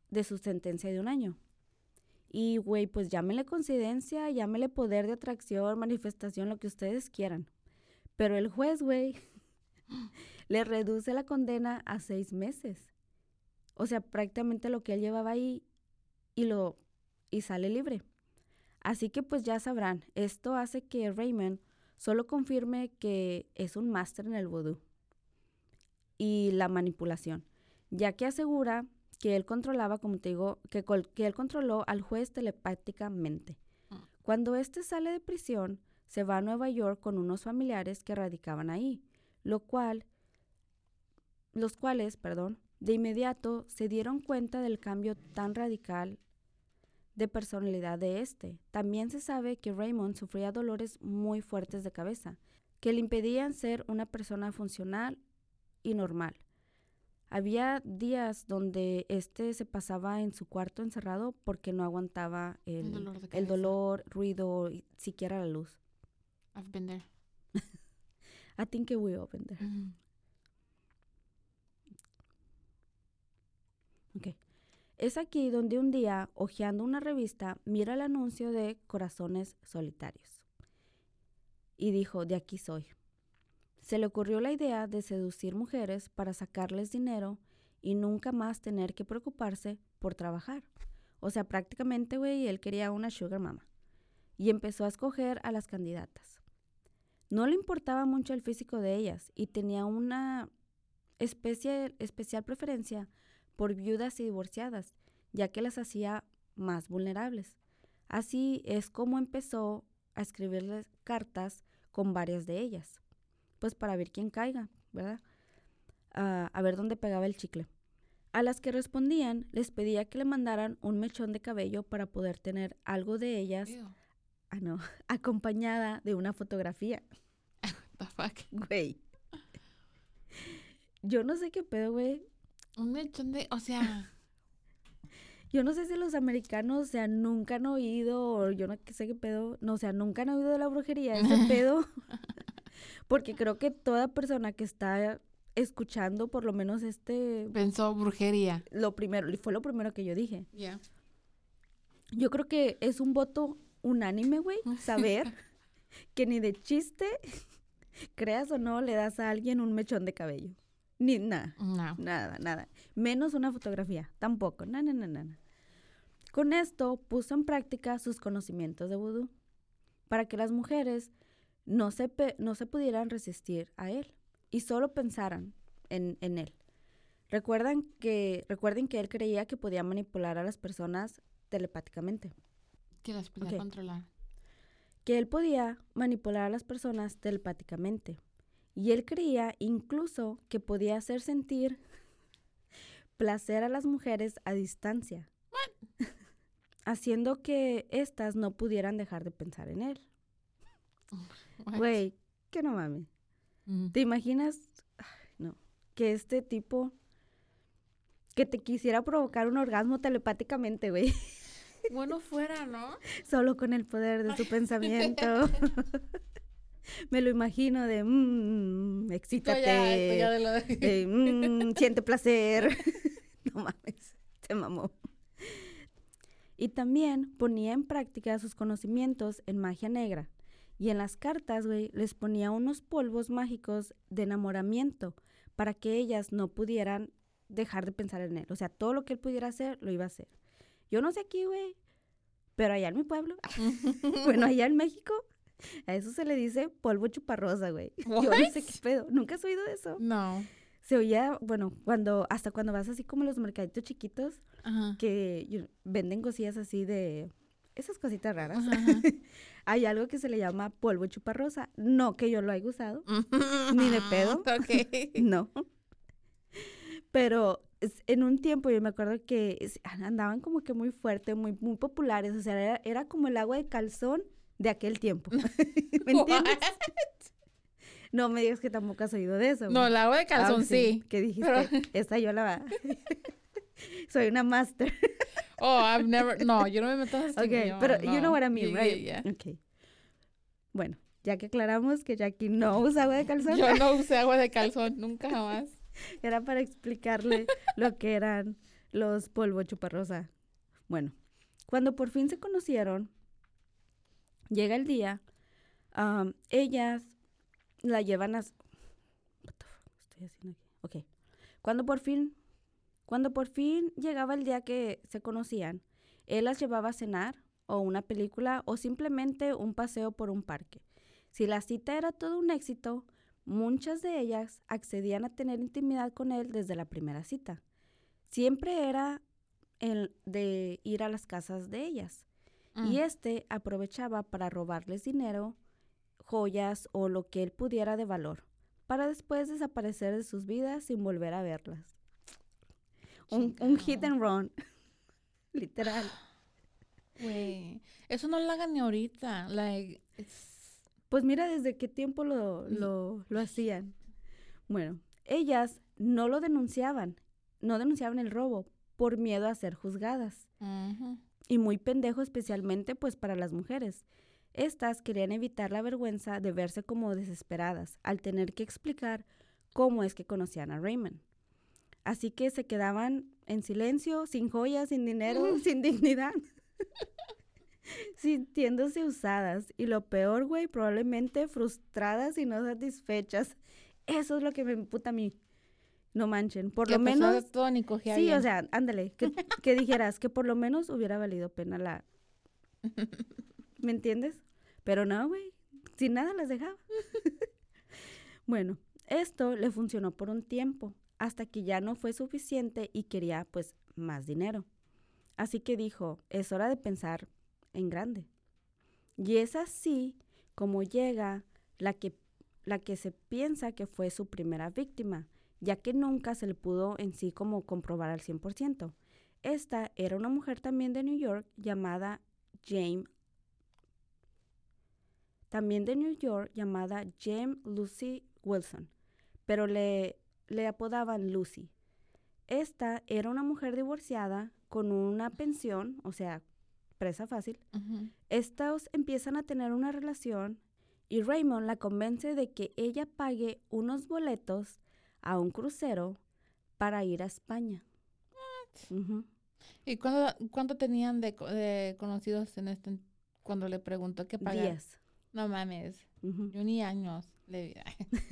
de su sentencia de un año. Y, güey, pues llámele coincidencia, llámele poder de atracción, manifestación, lo que ustedes quieran. Pero el juez, güey, le reduce la condena a seis meses. O sea, prácticamente lo que él llevaba ahí y, lo, y sale libre. Así que pues ya sabrán, esto hace que Raymond solo confirme que es un máster en el vudú y la manipulación, ya que asegura que él controlaba, como te digo, que, col- que él controló al juez telepáticamente. Cuando éste sale de prisión, se va a Nueva York con unos familiares que radicaban ahí, lo cual, los cuales, perdón, de inmediato se dieron cuenta del cambio tan radical de personalidad de este. También se sabe que Raymond sufría dolores muy fuertes de cabeza, que le impedían ser una persona funcional y normal. Había días donde este se pasaba en su cuarto encerrado porque no aguantaba el, El dolor de el cabeza. dolor, ruido, y siquiera la luz. I've been there. I think we open there. Mhm. Okay. Es aquí donde un día, hojeando una revista, mira el anuncio de Corazones Solitarios. Y dijo, de aquí soy. Se le ocurrió la idea de seducir mujeres para sacarles dinero y nunca más tener que preocuparse por trabajar. O sea, prácticamente, güey, él quería una sugar mama. Y empezó a escoger a las candidatas. No le importaba mucho el físico de ellas y tenía una especie, especial preferencia por viudas y divorciadas, ya que las hacía más vulnerables. Así es como empezó a escribirles cartas con varias de ellas, pues para ver quién caiga, ¿verdad? Uh, a ver dónde pegaba el chicle. A las que respondían, les pedía que le mandaran un mechón de cabello para poder tener algo de ellas, Ew. ah no, acompañada de una fotografía. The fuck. Güey. Yo no sé qué pedo, güey. Un mechón de, o sea, Yo no sé si los americanos, o sea, nunca han oído, o yo no sé qué pedo, no, o sea, nunca han oído de la brujería, ese pedo. Porque creo que toda persona que está escuchando, por lo menos este, pensó brujería. lo primero, fue lo primero que yo dije. Yeah. Yo creo que es un voto unánime, güey, saber que ni de chiste, creas o no, le das a alguien un mechón de cabello. Ni nada. No. Nada, nada. Menos una fotografía. Tampoco. No, no, no, no. Con esto puso en práctica sus conocimientos de vudú para que las mujeres no se, pe- no se pudieran resistir a él y solo pensaran en, en él. Recuerdan que, recuerden que él creía que podía manipular a las personas telepáticamente. Que las podía Ok. controlar. Que él podía manipular a las personas telepáticamente. Y él creía incluso que podía hacer sentir placer a las mujeres a distancia, haciendo que éstas no pudieran dejar de pensar en él. What? Güey, que no mames. Mm. ¿Te imaginas? Ay, no. Que este tipo que te quisiera provocar un orgasmo telepáticamente, güey. Bueno, fuera, ¿no? Solo con el poder de su pensamiento. Me lo imagino de, mmm, excítate, Esto ya, esto ya de lo de- eh, mm, siente placer. No mames, se mamó. Y también ponía en práctica sus conocimientos en magia negra. Y en las cartas, güey, les ponía unos polvos mágicos de enamoramiento para que ellas no pudieran dejar de pensar en él. O sea, todo lo que él pudiera hacer, lo iba a hacer. Yo no sé aquí, güey, pero allá en mi pueblo, bueno, allá en México, a eso se le dice polvo chuparrosa, güey. Yo no What? sé qué pedo. ¿Nunca has oído de eso? No. Se oía, bueno, cuando, hasta cuando vas así como a los mercaditos chiquitos, Ajá. que you know, venden cosillas así de, esas cositas raras. Ajá, ajá. Hay algo que se le llama polvo chuparrosa. No que yo lo haya usado, Ni de pedo. Ok. no. Pero es- en un tiempo yo me acuerdo que es- andaban como que muy fuertes, muy, muy populares. O sea, era, era como el agua de calzón de aquel tiempo. ¿Me entiendes? No me digas que tampoco has oído de eso. No, güey. el agua de calzón Ah, sí. ¿Qué dijiste? pero- Esta yo la... Soy una master. Oh, I've never. No, yo no me meto así. Ok, no, pero no. you know what I mean, Yeah, right? yeah, yeah. Ok. Bueno, ya que aclaramos que Jackie no usa agua de calzón, Yo no usé agua de calzón, nunca jamás. era para explicarle lo que eran Los polvo chuparrosa. Bueno, cuando por fin se conocieron, llega el día, um, ellas la llevan a... What the fuck estoy haciendo aquí? Ok. Cuando por fin, cuando por fin llegaba el día que se conocían, él las llevaba a cenar o una película o simplemente un paseo por un parque. Si la cita era todo un éxito, muchas de ellas accedían a tener intimidad con él desde la primera cita. Siempre era el de ir a las casas de ellas. Mm. Y este aprovechaba para robarles dinero, joyas o lo que él pudiera de valor, para después desaparecer de sus vidas sin volver a verlas. Un, un hit and run. Literal. Güey, eso no lo hagan ni ahorita. Like, it's... Pues mira desde qué tiempo lo, lo, lo hacían. Bueno, ellas no lo denunciaban, no denunciaban el robo por miedo a ser juzgadas. Uh-huh. Y muy pendejo especialmente pues para las mujeres. Estas querían evitar la vergüenza de verse como desesperadas al tener que explicar cómo es que conocían a Raymond. Así que se quedaban en silencio, sin joyas, sin dinero, uh-huh. sin dignidad. Sintiéndose usadas. Y lo peor, güey, probablemente frustradas y no satisfechas. Eso es lo que me emputa a mí. No manchen. Por lo menos... Todo ni cogía sí, bien. O sea, ándale. Que, que dijeras que por lo menos hubiera valido pena la... ¿Me entiendes? Pero no, güey. Sin nada las dejaba. Bueno, esto le funcionó por un tiempo, hasta que ya no fue suficiente y quería, pues, más dinero. Así que dijo, es hora de pensar en grande. Y es así como llega la que, la que se piensa que fue su primera víctima, ya que nunca se le pudo en sí como comprobar al cien por ciento. Esta era una mujer también de New York llamada Jane, también de New York llamada Jane Lucy Wilson, pero le, le apodaban Lucy. Esta era una mujer divorciada con una pensión, o sea, presa fácil. Uh-huh. Estos empiezan a tener una relación y Raymond la convence de que ella pague unos boletos a un crucero para ir a España. What? Uh-huh. ¿Y cuándo, cuánto tenían de, de conocidos en este, cuando le preguntó qué pagar? Días. No mames, uh-huh. Yo ni años le diré.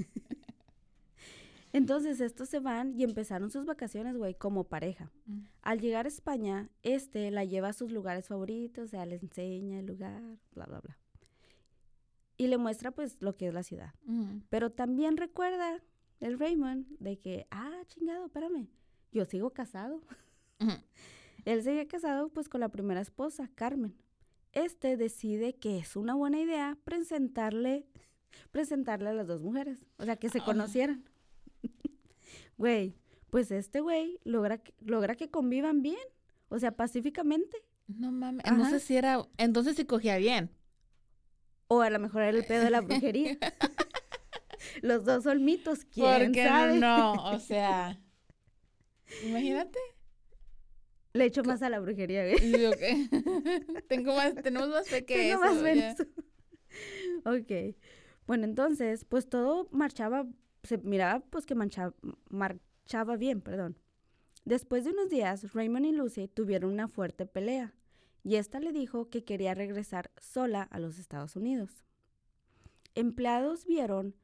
Entonces estos se van y empezaron sus vacaciones, güey, como pareja. Uh-huh. Al llegar a España, este la lleva a sus lugares favoritos, o sea, le enseña el lugar, bla, bla, bla. Y le muestra, pues, lo que es la ciudad. Uh-huh. Pero también recuerda el Raymond de que, ah, chingado, espérame, yo sigo casado. Uh-huh. Él sigue casado, pues, con la primera esposa, Carmen. Este decide que es una buena idea presentarle, presentarle a las dos mujeres, o sea, que se conocieran. Güey, pues este güey logra, logra que convivan bien, o sea, pacíficamente. No mames, entonces sí era, entonces sí cogía bien. O a lo mejor era el pedo de la brujería. Los dos son mitos, ¿quién Porque sabe? no, no, o sea, imagínate. Le echo más a la brujería, güey. Okay. Tengo más, tenemos más fe que Tengo eso. Más fe eso. Ok. Bueno, entonces, pues todo marchaba, se miraba pues que manchaba, marchaba bien, perdón. Después de unos días, Raymond y Lucy tuvieron una fuerte pelea. Y esta le dijo que quería regresar sola a los Estados Unidos. Empleados vieron...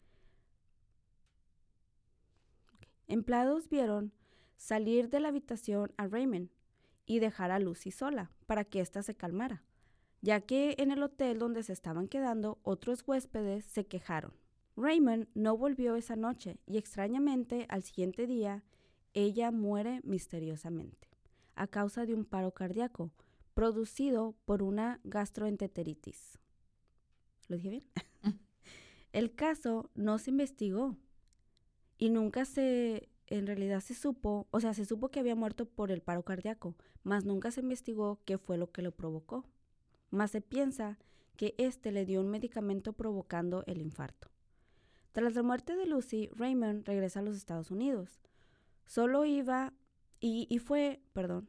Empleados vieron salir de la habitación a Raymond y dejar a Lucy sola para que ésta se calmara, ya que en el hotel donde se estaban quedando otros huéspedes se quejaron. Raymond no volvió esa noche y extrañamente al siguiente día ella muere misteriosamente a causa de un paro cardíaco producido por una gastroenteritis. ¿Lo dije bien? El caso no se investigó y nunca se... En realidad se supo, o sea, se supo que había muerto por el paro cardíaco, mas nunca se investigó qué fue lo que lo provocó. Mas se piensa que este le dio un medicamento provocando el infarto. Tras la muerte de Lucy, Raymond regresa a los Estados Unidos. Solo iba, y, y fue, perdón,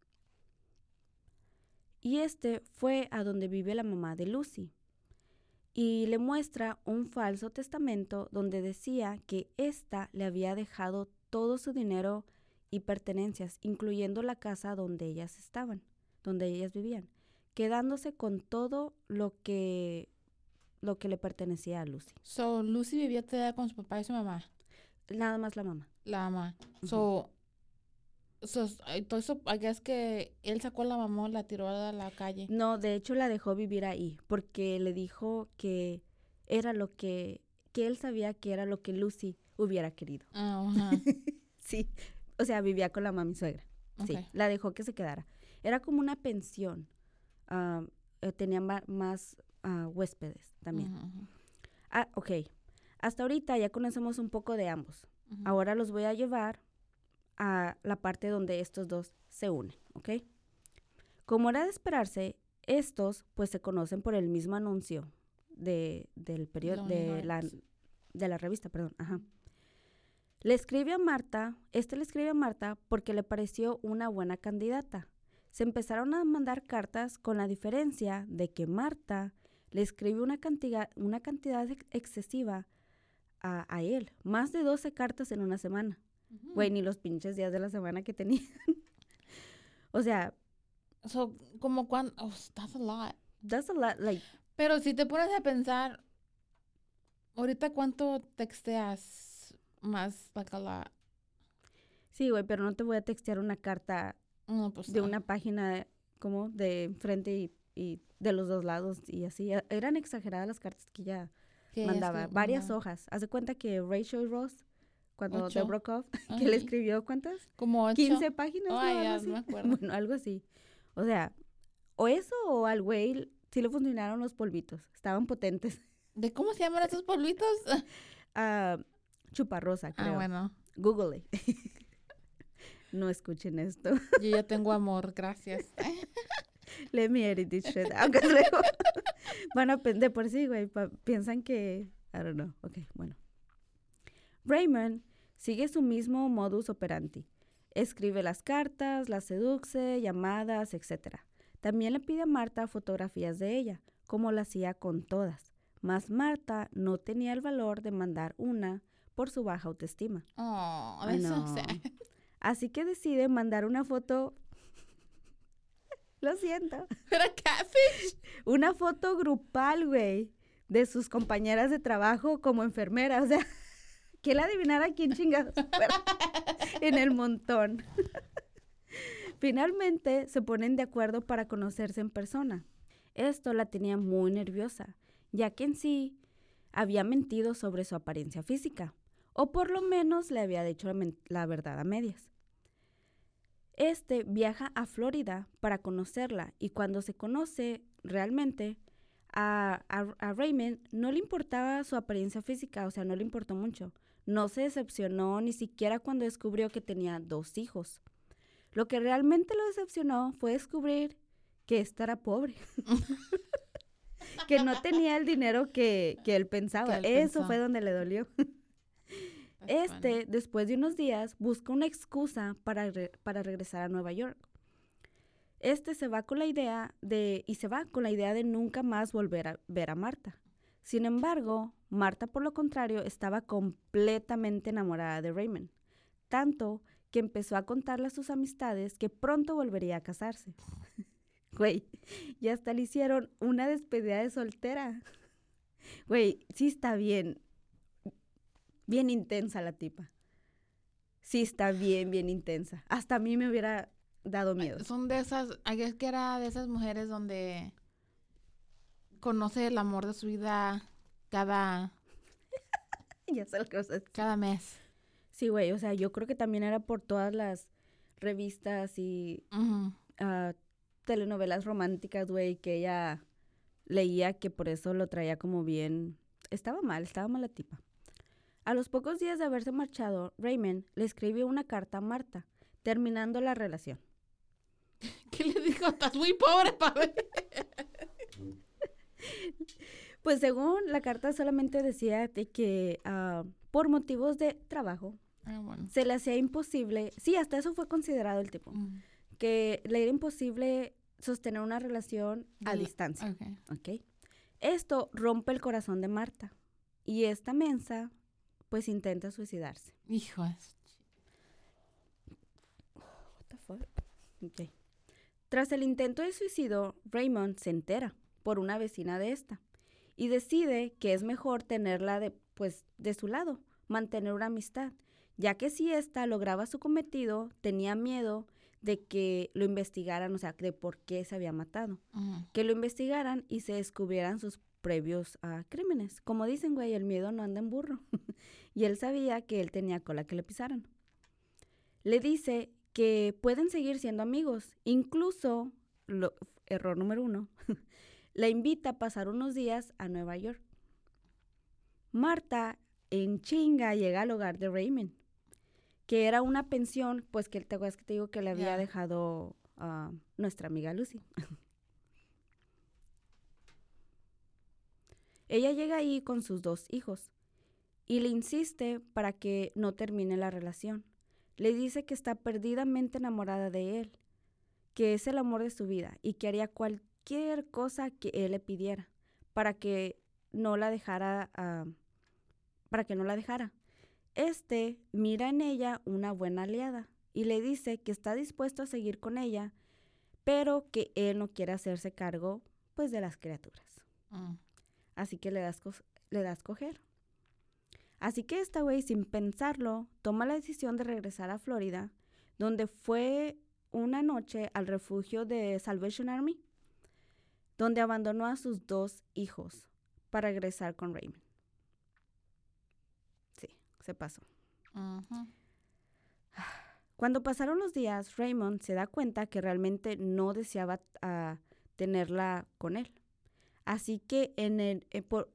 y este fue a donde vive la mamá de Lucy. Y le muestra un falso testamento donde decía que ésta le había dejado todo su dinero y pertenencias, incluyendo la casa donde ellas estaban, donde ellas vivían, quedándose con todo lo que, lo que le pertenecía a Lucy. So, Lucy vivía todavía con su papá y su mamá. Nada más la mamá. La mamá. So, so, todo eso, I guess que él sacó a la mamá y la tiró a la calle. No, de hecho la dejó vivir ahí porque le dijo que era lo que, que él sabía que era lo que Lucy hubiera querido. Ah, ajá. Sí, o sea, vivía con la mami suegra. Sí, Okay. la dejó que se quedara. Era como una pensión. Ah, eh, tenía ma- más ah, huéspedes también. Ujú, ujú, Ah, ok. Hasta ahorita ya conocemos un poco de ambos. ujú. Ahora los voy a llevar a la parte donde estos dos se unen, ¿ok? Como era de esperarse, estos pues se conocen por el mismo anuncio de, del periodo, Lonely de la, Hearts. de la revista, perdón, ajá. Le escribe a Marta, este le escribe a Marta porque le pareció una buena candidata. Se empezaron a mandar cartas con la diferencia de que Marta le escribió una cantidad, una cantidad ex- excesiva a, a él. Más de doce cartas en una semana. Ujú. Güey, ni los pinches días de la semana que tenía. O sea, So, como cuando, oh, that's a lot. that's a lot, like, Pero si te pones a pensar, ahorita cuánto texteas más, like a lot. sí, güey, pero no te voy a textear una carta No, pues de no. una página como de enfrente y, y de los dos lados y así. E- Eran exageradas las cartas que ella Que mandaba, es que varias mandaba hojas. Haz de cuenta que Rachel y Ross, cuando Ocho. they broke off, que le Ay, escribió, ¿cuántas? como ocho. quince páginas, ¿no? Ay, Algo ya así. no me acuerdo. Bueno, algo así. O sea, o eso o al güey sí le funcionaron los polvitos. Estaban potentes. ¿De cómo se llaman estos polvitos? Ah, chuparrosa, creo. Ah, bueno. Google. No escuchen esto. Yo ya tengo amor, gracias. Let me edit this shit. Aunque luego van a pen- de por sí, güey. pa- Piensan que. I don't know. Ok, bueno. Raymond sigue su mismo modus operandi. Escribe las cartas, las seduce, llamadas, etcétera. También le pide a Marta fotografías de ella, como lo hacía con todas. Mas Marta no tenía el valor de mandar una por su baja autoestima. Oh, I that's so know. sad. Así que decide mandar una foto. Lo siento. ¿Era catfish? Una foto grupal, güey, de sus compañeras de trabajo como enfermera. O sea, que la adivinara quién chingados fuera en el montón. Finalmente se ponen de acuerdo para conocerse en persona. Esto la tenía muy nerviosa, ya que en sí había mentido sobre su apariencia física, o por lo menos le había dicho la, men- la verdad a medias. Este viaja a Florida para conocerla y cuando se conoce realmente a, a, a Raymond no le importaba su apariencia física, o sea, no le importó mucho. No se decepcionó ni siquiera cuando descubrió que tenía dos hijos. Lo que realmente lo decepcionó fue descubrir que ésta era pobre. Que no tenía el dinero que, que él pensaba. Que él Eso pensó. fue donde le dolió. That's Este, funny. después de unos días, busca una excusa para, re- para regresar a Nueva York. Este se va con la idea de, y se va con la idea de nunca más volver a ver a Marta. Sin embargo, Marta, por lo contrario, estaba completamente enamorada de Raymond. Tanto que empezó a contarle a sus amistades que pronto volvería a casarse. Güey, y hasta le hicieron una despedida de soltera. Güey, sí está bien, bien intensa la tipa. Sí está bien, bien intensa. Hasta a mí me hubiera dado miedo. Son de esas, I guess que era de esas mujeres donde conoce el amor de su vida cada, Ya sé lo que vas a decir. cada mes. Sí, güey, o sea, yo creo que también era por todas las revistas y Ujú. ah, telenovelas románticas, güey, que ella leía que por eso lo traía como bien. Estaba mal, estaba mal la tipa. A los pocos días de haberse marchado, Raymond le escribió una carta a Marta, terminando la relación. ¿Qué le dijo? Estás muy pobre para ver. Pues según la carta solamente decía de que ah, por motivos de trabajo Ah, bueno. se le hacía imposible, sí, hasta eso fue considerado el tipo, Mm. que le era imposible sostener una relación a De- distancia. Okay. ¿Ok? Esto rompe el corazón de Marta y esta mensa pues intenta suicidarse. Hijo. es- fuck? Okay. Tras el intento de suicidio, Raymond se entera por una vecina de esta y decide que es mejor tenerla de, pues, de su lado, mantener una amistad, ya que si ésta lograba su cometido, tenía miedo de que lo investigaran, o sea, de por qué se había matado. Uh-huh. Que lo investigaran y se descubrieran sus previos uh, crímenes. Como dicen, güey, el miedo no anda en burro. Y él sabía que él tenía cola que le pisaran. Le dice que pueden seguir siendo amigos. Incluso, lo, error número uno, la invita a pasar unos días a Nueva York. Marta, en chinga, llega al hogar de Raymond, que era una pensión, pues que te acuerdas que te digo que le había yeah. dejado uh, nuestra amiga Lucy. Ella llega ahí con sus dos hijos y le insiste para que no termine la relación. Le dice que está perdidamente enamorada de él, que es el amor de su vida y que haría cualquier cosa que él le pidiera para que no la dejara, uh, para que no la dejara. Este mira en ella una buena aliada y le dice que está dispuesto a seguir con ella, pero que él no quiere hacerse cargo, pues, de las criaturas. Mm. Así que le da, esco- le da a escoger. Así que esta güey, sin pensarlo, toma la decisión de regresar a Florida, donde fue una noche al refugio de Salvation Army, donde abandonó a sus dos hijos para regresar con Raymond. Sí, se pasó. Uh-huh. Cuando pasaron los días, Raymond se da cuenta que realmente no deseaba uh, tenerla con él. Así que en el eh, por,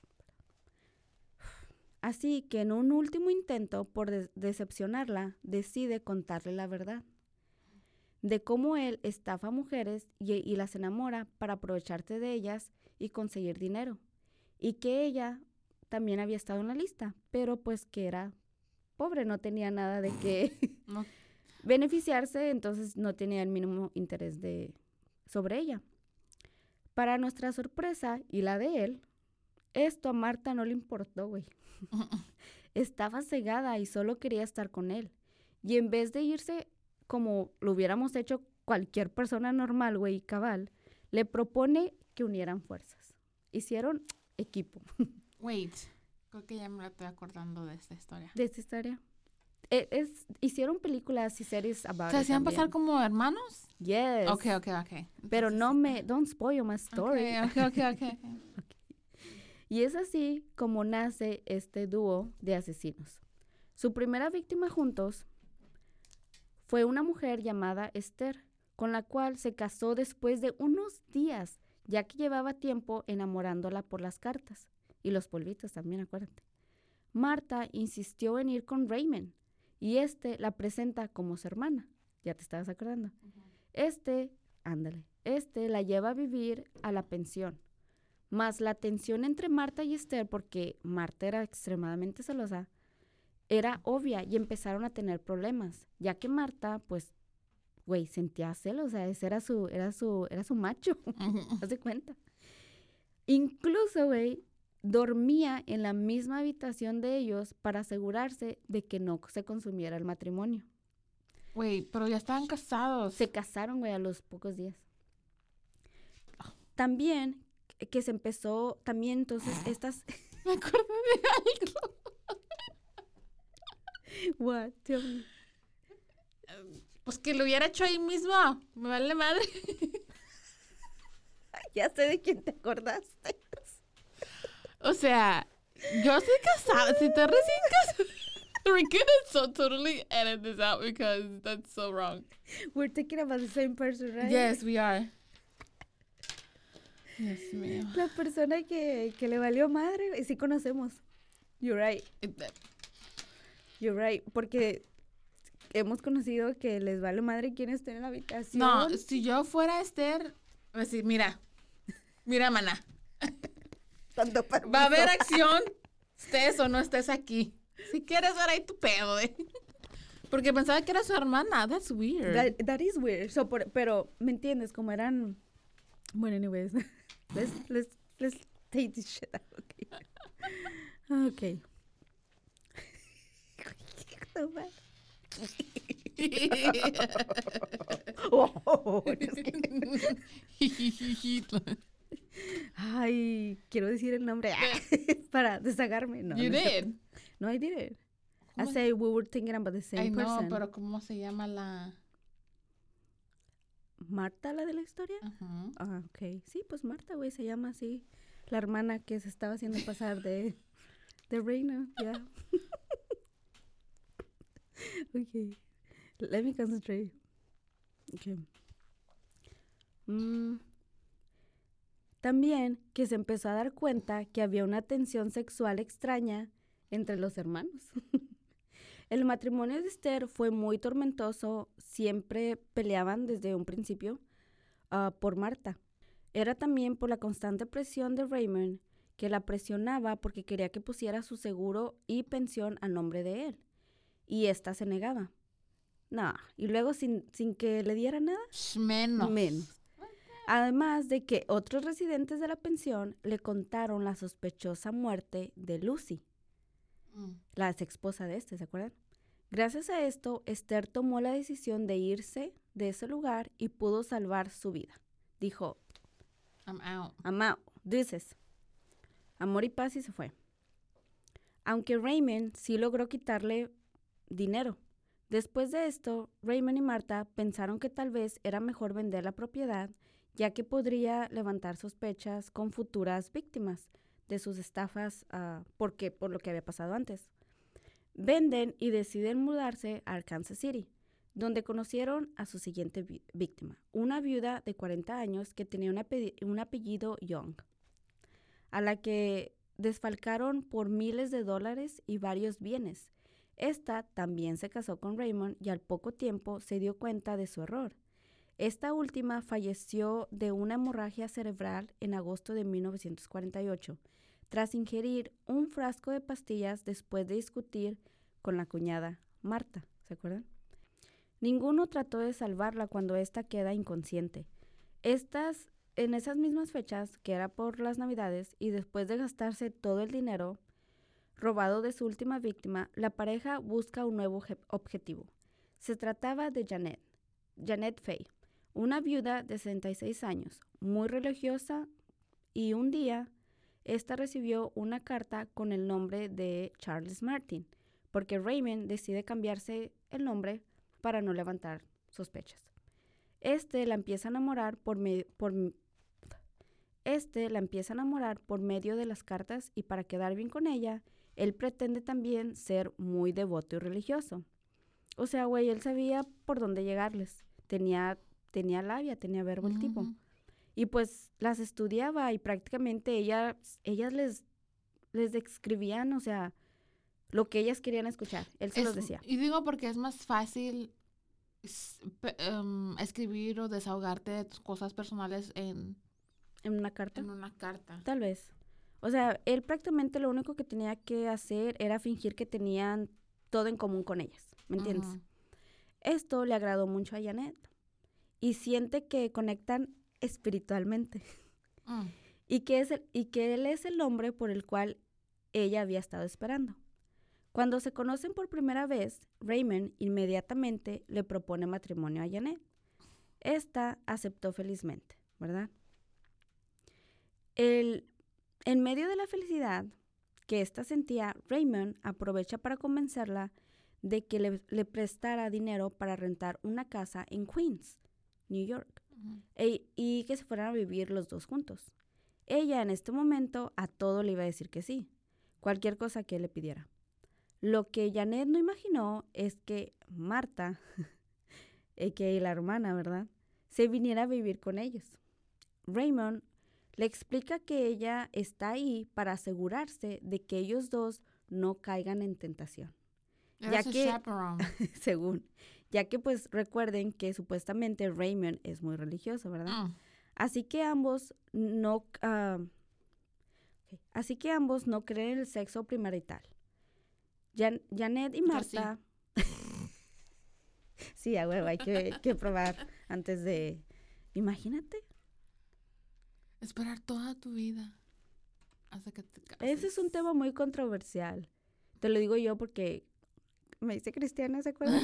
así que en un último intento por de- decepcionarla, decide contarle la verdad de cómo él estafa a mujeres y, y las enamora para aprovecharse de ellas y conseguir dinero, y que ella también había estado en la lista, pero pues que era pobre, no tenía nada de qué no. beneficiarse, entonces no tenía el mínimo interés de sobre ella. Para nuestra sorpresa y la de él, esto a Marta no le importó, güey. Estaba cegada y solo quería estar con él. Y en vez de irse como lo hubiéramos hecho cualquier persona normal, güey, cabal, le propone que unieran fuerzas. Hicieron equipo. Wait, creo que ya me estoy acordando de esta historia. ¿De esta historia? Es, es, hicieron películas y series about ¿Se it hacían también. pasar como hermanos? Yes. Ok, ok, ok. Pero Entonces, no me, don't spoil my story. Ok, ok, ok, okay. Y es así como nace este dúo de asesinos. Su primera víctima juntos fue una mujer llamada Esther, con la cual se casó después de unos días, ya que llevaba tiempo enamorándola por las cartas. Y los polvitos también, acuérdate. Marta insistió en ir con Raymond, y este la presenta como su hermana. ¿Ya te estabas acordando? Uh-huh. Este, ándale, este la lleva a vivir a la pensión. Más la tensión entre Marta y Esther, porque Marta era extremadamente celosa, era obvia y empezaron a tener problemas, ya que Marta, pues, güey, sentía celos, o sea, ese era su, era su, era su macho, uh-huh. ¿Haz de cuenta? Incluso, güey, dormía en la misma habitación de ellos para asegurarse de que no se consumiera el matrimonio. Güey, pero ya estaban casados. Se casaron, güey, a los pocos días. También que se empezó, también entonces estas... Me acordé de algo. What? Tell me. Pues que lo hubiera hecho ahí mismo. Me vale madre. Ya sé de quién te acordaste. O sea, yo estoy casada. Si te recién casada. We're gonna so totally edit this out because that's so wrong. We're thinking about the same person, right? Yes, we are. Dios mío. La persona que, que le valió madre, sí conocemos. You're right. You're right. Porque hemos conocido que les vale madre quién está en la habitación. No, si yo fuera Esther, así, mira, mira, maná. Va a haber acción, estés o no estés aquí. Si quieres ver ahí tu pedo, eh. Porque pensaba que era su hermana. That's weird. That, that is weird. So, por, pero, ¿me entiendes? Como eran... Bueno, anyways. let's, let's, let's take this shit out. Okay. Okay. Y Oh, es que- Ay, quiero decir el nombre para deshagarme. No, You no, es cierto. did. No, I didn't. I ¿Cómo? say we were thinking about the same Ay, no, person. pero ¿cómo se llama la...? ¿Marta, la de la historia? Ajá. Ah, ok. Sí, pues Marta, güey, se llama así. La hermana que se estaba haciendo pasar de, de reina, ya. Ok. Let me concentrate. Ok. Mm. También que se empezó a dar cuenta que había una tensión sexual extraña entre los hermanos. El matrimonio de Esther fue muy tormentoso, siempre peleaban desde un principio uh, por Marta. Era también por la constante presión de Raymond, que la presionaba porque quería que pusiera su seguro y pensión a nombre de él. Y ésta se negaba. No, y luego sin, sin que le diera nada, Menos. menos. Además de que otros residentes de la pensión le contaron la sospechosa muerte de Lucy, Mm. la ex esposa de este, ¿se acuerdan? Gracias a esto, Esther tomó la decisión de irse de ese lugar y pudo salvar su vida. Dijo, I'm out. I'm out, dices, amor y paz, y se fue. Aunque Raymond sí logró quitarle dinero. Después de esto, Raymond y Marta pensaron que tal vez era mejor vender la propiedad, ya que podría levantar sospechas con futuras víctimas de sus estafas, uh, porque, por lo que había pasado antes. Venden y deciden mudarse a Kansas City, donde conocieron a su siguiente vi- víctima, una viuda de cuarenta años que tenía un, ape- un apellido Young, a la que desfalcaron por miles de dólares y varios bienes. Esta también se casó con Raymond y al poco tiempo se dio cuenta de su error. Esta última falleció de una hemorragia cerebral en agosto de mil novecientos cuarenta y ocho, tras ingerir un frasco de pastillas después de discutir con la cuñada Marta, ¿se acuerdan? Ninguno trató de salvarla cuando ésta queda inconsciente. Estas, en esas mismas fechas, que era por las Navidades, y después de gastarse todo el dinero robado de su última víctima, la pareja busca un nuevo je- objetivo. Se trataba de Janet, Janet Fay, una viuda de sesenta y seis años, muy religiosa, y un día esta recibió una carta con el nombre de Charles Martin, porque Raymond decide cambiarse el nombre para no levantar sospechas. Este la empieza a enamorar por, me- por este la empieza a enamorar por medio de las cartas, y para quedar bien con ella, él pretende también ser muy devoto y religioso. O sea, güey, él sabía por dónde llegarles. Tenía, tenía labia, tenía verbo el tipo. Ujú. Y pues las estudiaba y prácticamente ella, ellas les, les describían, o sea, lo que ellas querían escuchar. Él se Es- los decía. Y digo porque es más fácil s- pe- em, escribir o desahogarte de tus cosas personales en, En una carta. en una carta. Tal vez. O sea, él prácticamente lo único que tenía que hacer era fingir que tenían todo en común con ellas. ¿Me entiendes? Ujú. Esto le agradó mucho a Janet y siente que conectan espiritualmente Mm. y que, es el- y que él es el hombre por el cual ella había estado esperando. Cuando se conocen por primera vez, Raymond inmediatamente le propone matrimonio a Janet. Esta aceptó felizmente, ¿verdad? El, en medio de la felicidad que ésta sentía, Raymond aprovecha para convencerla de que le, le prestara dinero para rentar una casa en Queens, New York, Ujú. e- y que se fueran a vivir los dos juntos. Ella en este momento a todo le iba a decir que sí, cualquier cosa que él le pidiera. Lo que Janet no imaginó es que Marta, que la hermana, ¿verdad?, se viniera a vivir con ellos. Raymond le explica que ella está ahí para asegurarse de que ellos dos no caigan en tentación. Era Ya su que- chaperone. Según, ya que pues recuerden que supuestamente Raymond es muy religioso, ¿verdad? Mm. Así que ambos no, ah, ok, así que ambos no creen en el sexo premarital. Jan- Janet y Yo Marta, sí, a huevo, hay que, que probar antes de, imagínate, Esperar toda tu vida hasta que te cases. ese es un tema muy controversial. Te lo digo yo porque me dice cristiana, ¿se acuerdan?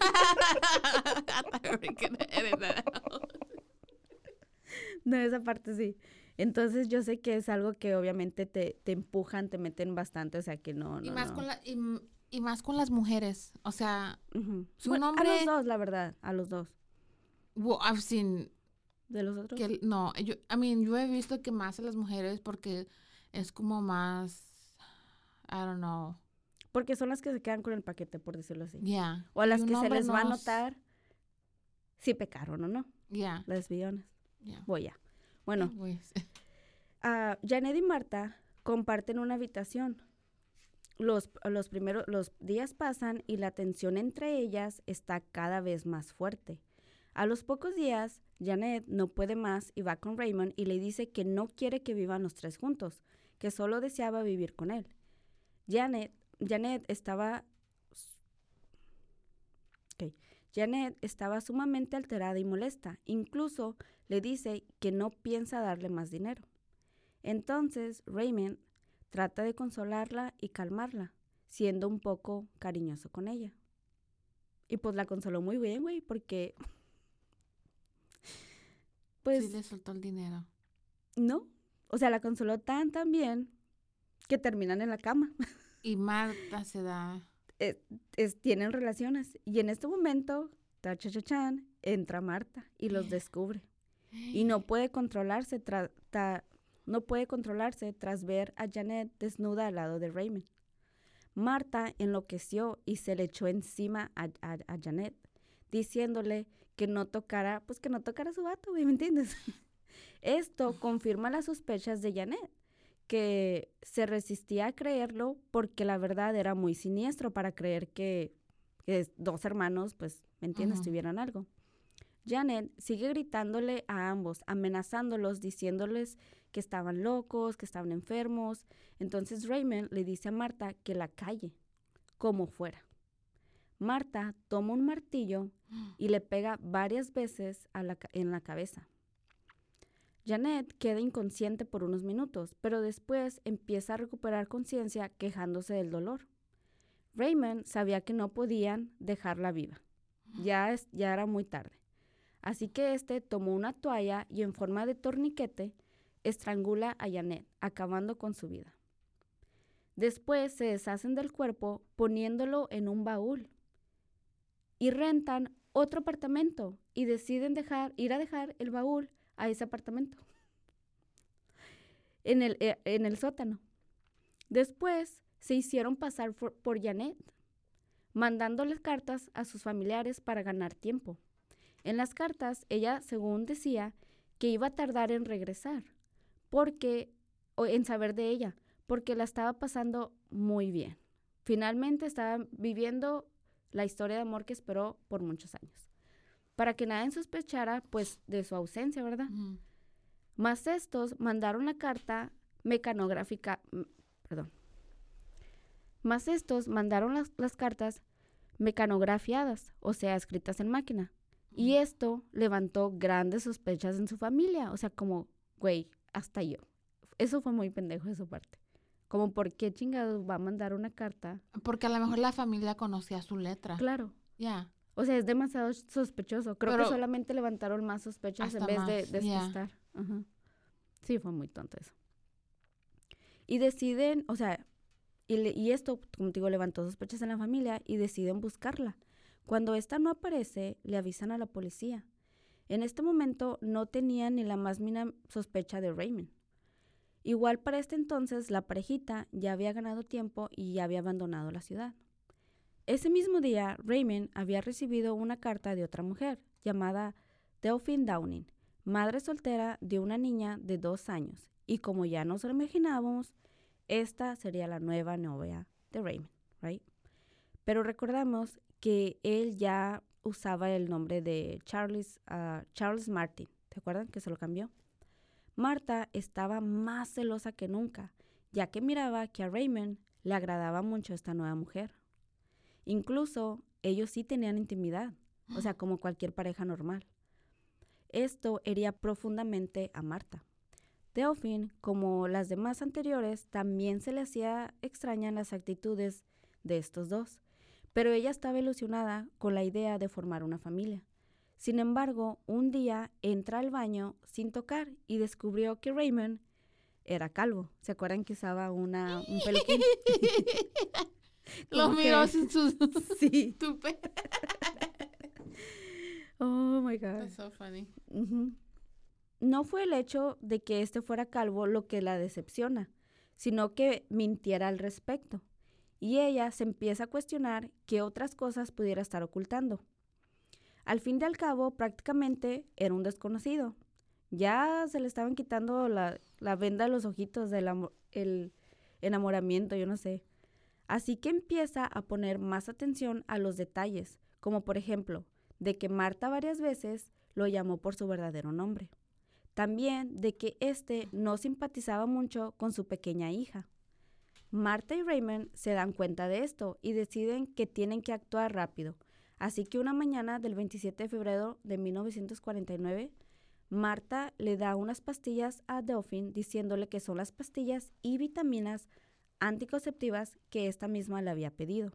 No, esa parte sí. Entonces yo sé que es algo que obviamente te, te empujan, te meten bastante, o sea que no, no, y más no. con la, y, y más con las mujeres, o sea, Uh-huh. si Bueno, un hombre, a los dos, la verdad, a los dos. well, I've seen ¿De los otros? que no, yo, I mean, yo he visto que más a las mujeres porque es como más, I don't know. Porque son las que se quedan con el paquete, por decirlo así. Yeah. O a las Y un que se hombre les va a no- notar si pecaron o no, Yeah. las lesbianas. Yeah. Voy ya. Bueno, Anyways. uh, Janet y Marta comparten una habitación. Los, los primeros los días pasan y la tensión entre ellas está cada vez más fuerte. A los pocos días, Janet no puede más y va con Raymond y le dice que no quiere que vivan los tres juntos, que solo deseaba vivir con él. Janet, Janet estaba okay. Janet estaba sumamente alterada y molesta. Incluso le dice que no piensa darle más dinero. Entonces, Raymond trata de consolarla y calmarla, siendo un poco cariñoso con ella. Y pues la consoló muy bien, güey, porque pues Sí le soltó el dinero. no, o sea, la consoló tan tan bien que terminan en la cama. Y Marta se da. es, es- tienen relaciones y en este momento, ta cha cha chan, entra Marta y los descubre y no puede controlarse tra- ta- no puede controlarse tras ver a Janet desnuda al lado de Raymond. Marta enloqueció y se le echó encima a, a- a Janet, diciéndole que no tocara, pues que no tocara a su vato, güey, ¿me entiendes? Esto confirma las sospechas de Janet, que se resistía a creerlo porque la verdad era muy siniestro para creer que, que dos hermanos, pues, ¿me entiendes?, Ujú. tuvieran algo. Janet sigue gritándole a ambos, amenazándolos, diciéndoles que estaban locos, que estaban enfermos. Entonces Raymond le dice a Marta que la calle, como fuera. Marta toma un martillo y le pega varias veces a la ca- en la cabeza. Janet queda inconsciente por unos minutos, pero después empieza a recuperar conciencia quejándose del dolor. Raymond sabía que no podían dejarla viva. Ya, es- ya era muy tarde. Así que este tomó una toalla y en forma de torniquete estrangula a Janet, acabando con su vida. Después se deshacen del cuerpo poniéndolo en un baúl y rentan otro apartamento y deciden dejar, ir a dejar el baúl a ese apartamento en el, eh, en el sótano. Después se hicieron pasar por, por Janet, mandándoles cartas a sus familiares para ganar tiempo. En las cartas, ella, según decía, que iba a tardar en regresar, porque, o en saber de ella, porque la estaba pasando muy bien. Finalmente estaba viviendo la historia de amor que esperó por muchos años. Para que nadie sospechara, pues, de su ausencia, ¿verdad? Ujú. Más estos mandaron la carta mecanográfica, m- perdón. Más estos mandaron las, las cartas mecanografiadas, o sea, escritas en máquina. Y esto levantó grandes sospechas en su familia. O sea, como, güey, hasta yo. Eso fue muy pendejo de su parte. Como, ¿por qué chingados va a mandar una carta? Porque a lo mejor la familia conocía su letra. Claro. Ya. O sea, es demasiado sospechoso. Creo Pero- que solamente levantaron más sospechas en Hasta vez de más, ya. despistar. Ajá. Sí, fue muy tonto eso. Y deciden, o sea, y, le- y esto, como te digo, levantó sospechas en la familia y deciden buscarla. Cuando esta no aparece, le avisan a la policía. En este momento no tenían ni la más mínima sospecha de Raymond. Igual para este entonces, la parejita ya había ganado tiempo y ya había abandonado la ciudad. Ese mismo día, Raymond había recibido una carta de otra mujer llamada Delphine Downing, madre soltera de una niña de dos años. Y como ya nos lo imaginábamos, esta sería la nueva novia de Raymond, ¿right? Pero recordamos que él ya usaba el nombre de Charles, uh, Charles Martin. ¿Te acuerdan que se lo cambió? Marta estaba más celosa que nunca, ya que miraba que a Raymond le agradaba mucho esta nueva mujer. Incluso ellos sí tenían intimidad, o sea, como cualquier pareja normal. Esto hería profundamente a Marta. Delphine, como las demás anteriores, también se le hacía extrañas las actitudes de estos dos, pero ella estaba ilusionada con la idea de formar una familia. Sin embargo, un día entra al baño sin tocar y descubrió que Raymond era calvo. ¿Se acuerdan que usaba una, un peluquín? Lo Como miró que- sin su Sí. tupe. Oh, my God. That's so funny. Ujú. No fue el hecho de que este fuera calvo lo que la decepciona, sino que mintiera al respecto. Y ella se empieza a cuestionar qué otras cosas pudiera estar ocultando. Al fin y al cabo, prácticamente era un desconocido. Ya se le estaban quitando la, la venda de los ojitos del amo- el enamoramiento, yo no sé. Así que empieza a poner más atención a los detalles, como por ejemplo, de que Marta varias veces lo llamó por su verdadero nombre. También de que éste no simpatizaba mucho con su pequeña hija. Marta y Raymond se dan cuenta de esto y deciden que tienen que actuar rápido. Así que una mañana del veintisiete de febrero de mil novecientos cuarenta y nueve, Marta le da unas pastillas a Delphine diciéndole que son las pastillas y vitaminas anticonceptivas que esta misma le había pedido.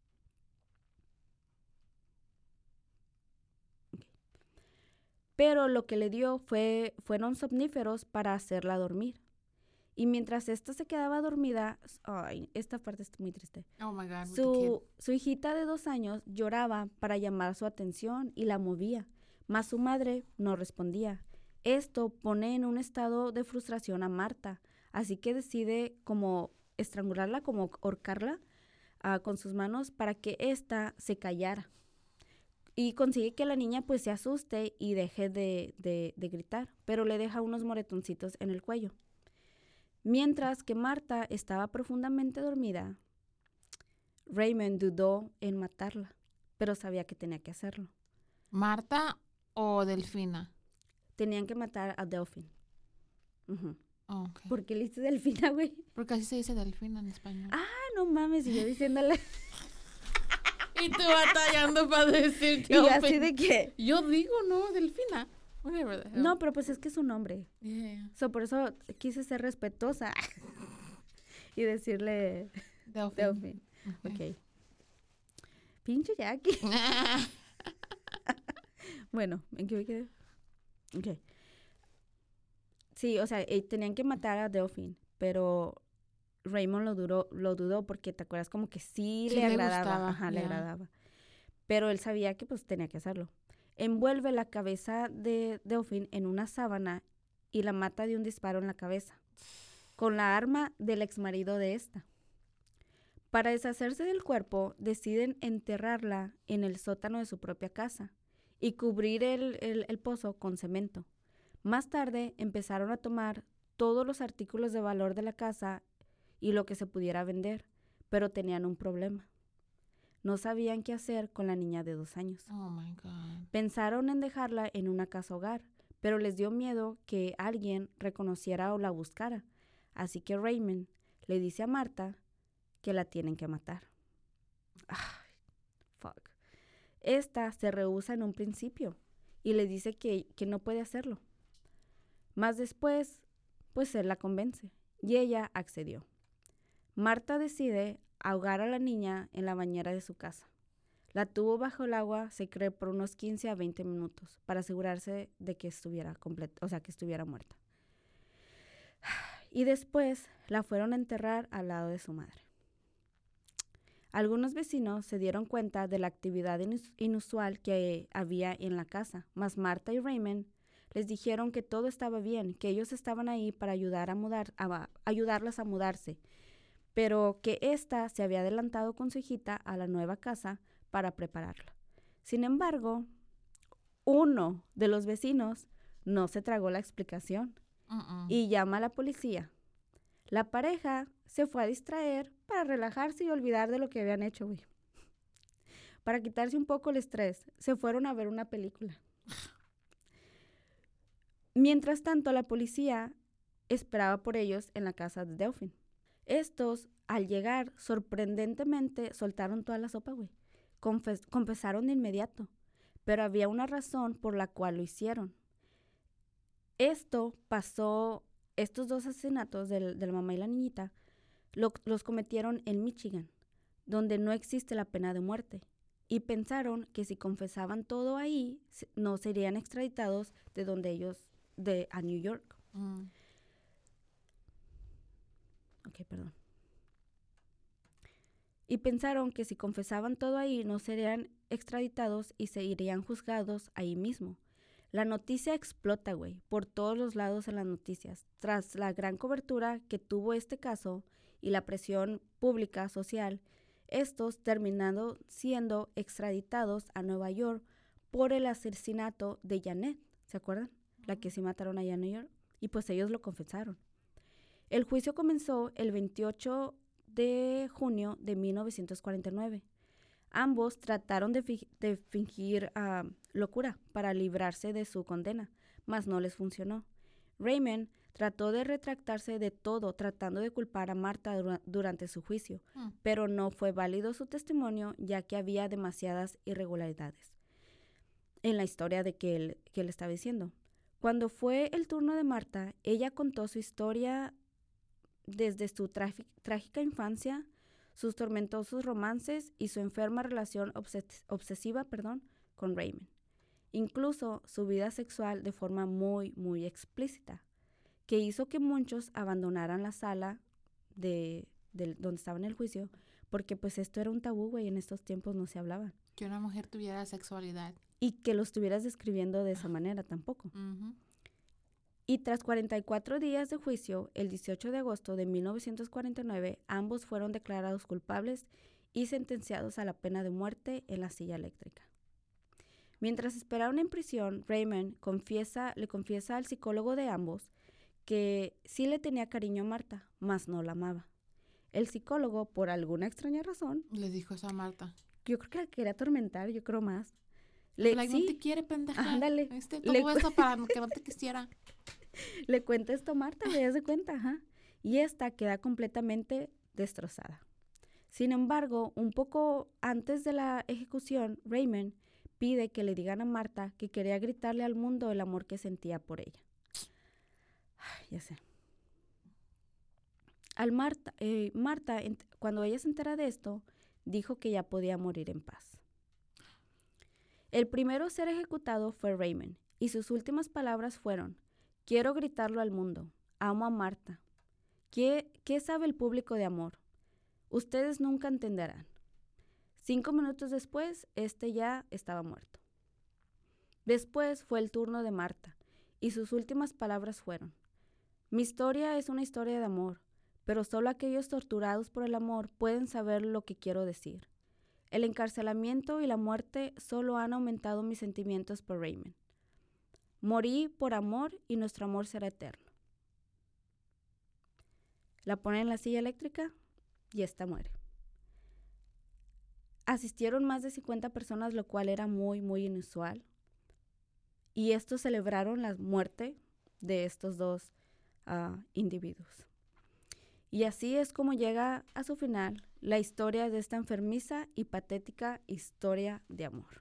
Ok. Pero lo que le dio fue, fueron somníferos para hacerla dormir. Y mientras ésta se quedaba dormida, ay, esta parte está muy triste. Oh my God. with the Su, su hijita de dos años lloraba para llamar su atención y la movía, mas su madre no respondía. Esto pone en un estado de frustración a Marta, así que decide como estrangularla, como ahorcarla ah, con sus manos para que ésta se callara. Y consigue que la niña pues se asuste y deje de, de, de gritar, pero le deja unos moretoncitos en el cuello. Mientras que Marta estaba profundamente dormida, Raymond dudó en matarla, pero sabía que tenía que hacerlo. kid. ¿Marta o Delfina? Tenían que matar a Delphine. Ujú. Oh, okay. ¿Por qué le hice Delfina, güey? Porque así se dice Delfina en español. Ah, no mames, y yo diciéndole. Y tú batallando para decir Y que yo así de que. Yo digo, no, Delfina. Whatever the hell. No, pero pues es que es un nombre. Yeah. So, por eso quise ser respetuosa y decirle Delphine. Delphine. Okay. Ok. Pinche Jackie. Bueno, ¿en qué me quedé? Ok. Sí, o sea, eh, tenían que matar a Delphine, pero Raymond lo, duró, lo dudó porque, ¿te acuerdas? Como que sí, Sí le le agradaba. gustaba, Ajá, le ya. agradaba. Pero él sabía que pues tenía que hacerlo. Envuelve la cabeza de Delphine en una sábana y la mata de un disparo en la cabeza, con la arma del exmarido de esta. Para deshacerse del cuerpo, deciden enterrarla en el sótano de su propia casa y cubrir el, el, el pozo con cemento. Más tarde empezaron a tomar todos los artículos de valor de la casa y lo que se pudiera vender, pero tenían un problema. No sabían qué hacer con la niña de dos años. Oh my God. Pensaron en dejarla en una casa hogar, pero les dio miedo que alguien reconociera o la buscara. Así que Raymond le dice a Marta que la tienen que matar. Ay, fuck. Esta se rehúsa en un principio y le dice que, que no puede hacerlo. Más después, pues él la convence y ella accedió. Marta decide ahogar a la niña en la bañera de su casa. La tuvo bajo el agua, se cree, por unos quince a veinte minutos para asegurarse de que estuviera completa, o sea, que estuviera muerta. Y después la fueron a enterrar al lado de su madre. Algunos vecinos se dieron cuenta de la actividad inus- inusual que había en la casa, mas Marta y Raymond les dijeron que todo estaba bien, que ellos estaban ahí para ayudar a mudar, a, ayudarlas a mudarse, pero que ésta se había adelantado con su hijita a la nueva casa para prepararla. Sin embargo, uno de los vecinos no se tragó la explicación Uh-uh. y llama a la policía. La pareja se fue a distraer para relajarse y olvidar de lo que habían hecho, güey. Para quitarse un poco el estrés, se fueron a ver una película. Mientras tanto, la policía esperaba por ellos en la casa de Delphine. Estos, al llegar, sorprendentemente soltaron toda la sopa, güey. Confes- confesaron de inmediato, pero había una razón por la cual lo hicieron. Esto pasó, estos dos asesinatos del, de la mamá y la niñita, lo- los cometieron en Michigan, donde no existe la pena de muerte, y pensaron que si confesaban todo ahí, no serían extraditados de donde ellos, de a New York. Mm. Ok, perdón. Y pensaron que si confesaban todo ahí, no serían extraditados y se irían juzgados ahí mismo. La noticia explota, güey, por todos los lados en las noticias. Tras la gran cobertura que tuvo este caso y la presión pública social, estos terminaron siendo extraditados a Nueva York por el asesinato de Janet, ¿se acuerdan? La que sí mataron allá en New York. Y pues ellos lo confesaron. El juicio comenzó el veintiocho de junio de mil novecientos cuarenta y nueve. Ambos trataron de, fi- de fingir uh, locura para librarse de su condena, mas no les funcionó. Raymond trató de retractarse de todo, tratando de culpar a Marta dura- durante su juicio, Mm. pero no fue válido su testimonio, ya que había demasiadas irregularidades en la historia de que él, que él estaba diciendo. Cuando fue el turno de Marta, ella contó su historia desde su tráfic- trágica infancia, sus tormentosos romances y su enferma relación obses- obsesiva perdón, con Raymond. Incluso su vida sexual de forma muy, muy explícita, que hizo que muchos abandonaran la sala de, de donde estaba en el juicio, porque pues esto era un tabú, güey, en estos tiempos no se hablaba. Que una mujer tuviera sexualidad. Y que lo estuvieras describiendo de esa manera tampoco. Ujú. Y tras cuarenta y cuatro días de juicio, el dieciocho de agosto de mil novecientos cuarenta y nueve, ambos fueron declarados culpables y sentenciados a la pena de muerte en la silla eléctrica. Mientras esperaron en prisión, Raymond confiesa, le confiesa al psicólogo de ambos que sí le tenía cariño a Marta, mas no la amaba. El psicólogo, por alguna extraña razón, Le dijo eso a Marta. yo creo que la quería atormentar, yo creo más. Le, Like, sí, no te quiere, pendeja. ándale. Este, Le todo cu- esto para que no te quisiera. Le cuenta esto a Marta, le das de cuenta, ajá. Y esta queda completamente destrozada. Sin embargo, un poco antes de la ejecución, Raymond pide que le digan a Marta que quería gritarle al mundo el amor que sentía por ella. Ay, ya sé. Al Marta, eh, Marta, ent- cuando ella se entera de esto, dijo que ya podía morir en paz. El primero a ser ejecutado fue Raymond, y sus últimas palabras fueron: quiero gritarlo al mundo, amo a Marta. ¿Qué, qué sabe el público de amor? Ustedes nunca entenderán. Cinco minutos después, este ya estaba muerto. Después fue el turno de Marta, y sus últimas palabras fueron: mi historia es una historia de amor, pero solo aquellos torturados por el amor pueden saber lo que quiero decir. El encarcelamiento y la muerte solo han aumentado mis sentimientos por Raymond. Morí por amor y nuestro amor será eterno. La ponen en la silla eléctrica y esta muere. Asistieron más de cincuenta personas, lo cual era muy, muy inusual. Y estos celebraron la muerte de estos dos uh, individuos. Y así es como llega a su final la historia de esta enfermiza y patética historia de amor.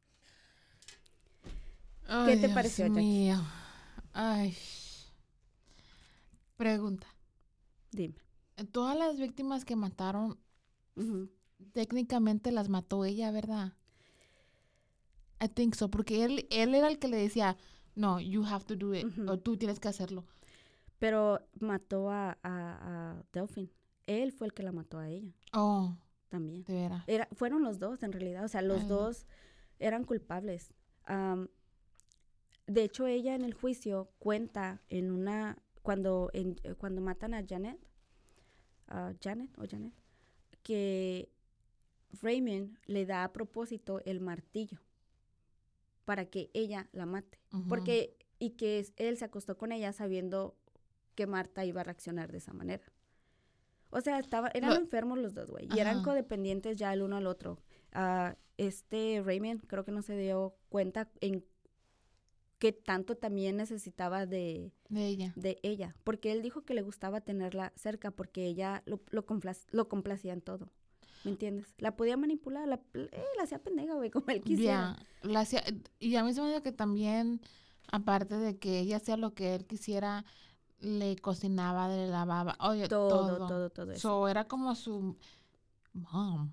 Ay, ¿Qué te Dios pareció, Jackie? mío. Ay. Pregunta. Dime. Todas las víctimas que mataron, Uh-huh. técnicamente las mató ella, ¿verdad? I think so, porque él, él era el que le decía, no, you have to do it, Uh-huh. o tú tienes que hacerlo. Pero mató a, a, a Delphine. Él fue el que la mató a ella Oh, también. de veras. Era, fueron los dos, en realidad. O sea, los Ay. dos eran culpables. Um, de hecho, ella en el juicio cuenta en una... Cuando, en, eh, cuando matan a Janet, uh, Janet o Janet, que Raymond le da a propósito el martillo para que ella la mate. Ujú. Porque, y que es- él se acostó con ella sabiendo que Marta iba a reaccionar de esa manera. O sea, estaba, eran Lo- enfermos los dos, güey. Y eran Ajá. codependientes ya el uno al otro. Ah, este Raymond creo que no se dio cuenta en qué tanto también necesitaba de, De ella. de ella. Porque él dijo que le gustaba tenerla cerca porque ella lo, lo, compla- lo complacía en todo. ¿Me entiendes? La podía manipular, la, eh, la hacía pendeja, güey, como él quisiera. Ya, la hacía- y a mí se me hace que también, aparte de que ella hacía lo que él quisiera, le cocinaba, le lavaba, oye, Todo, todo. todo, todo eso. So, era como su mom.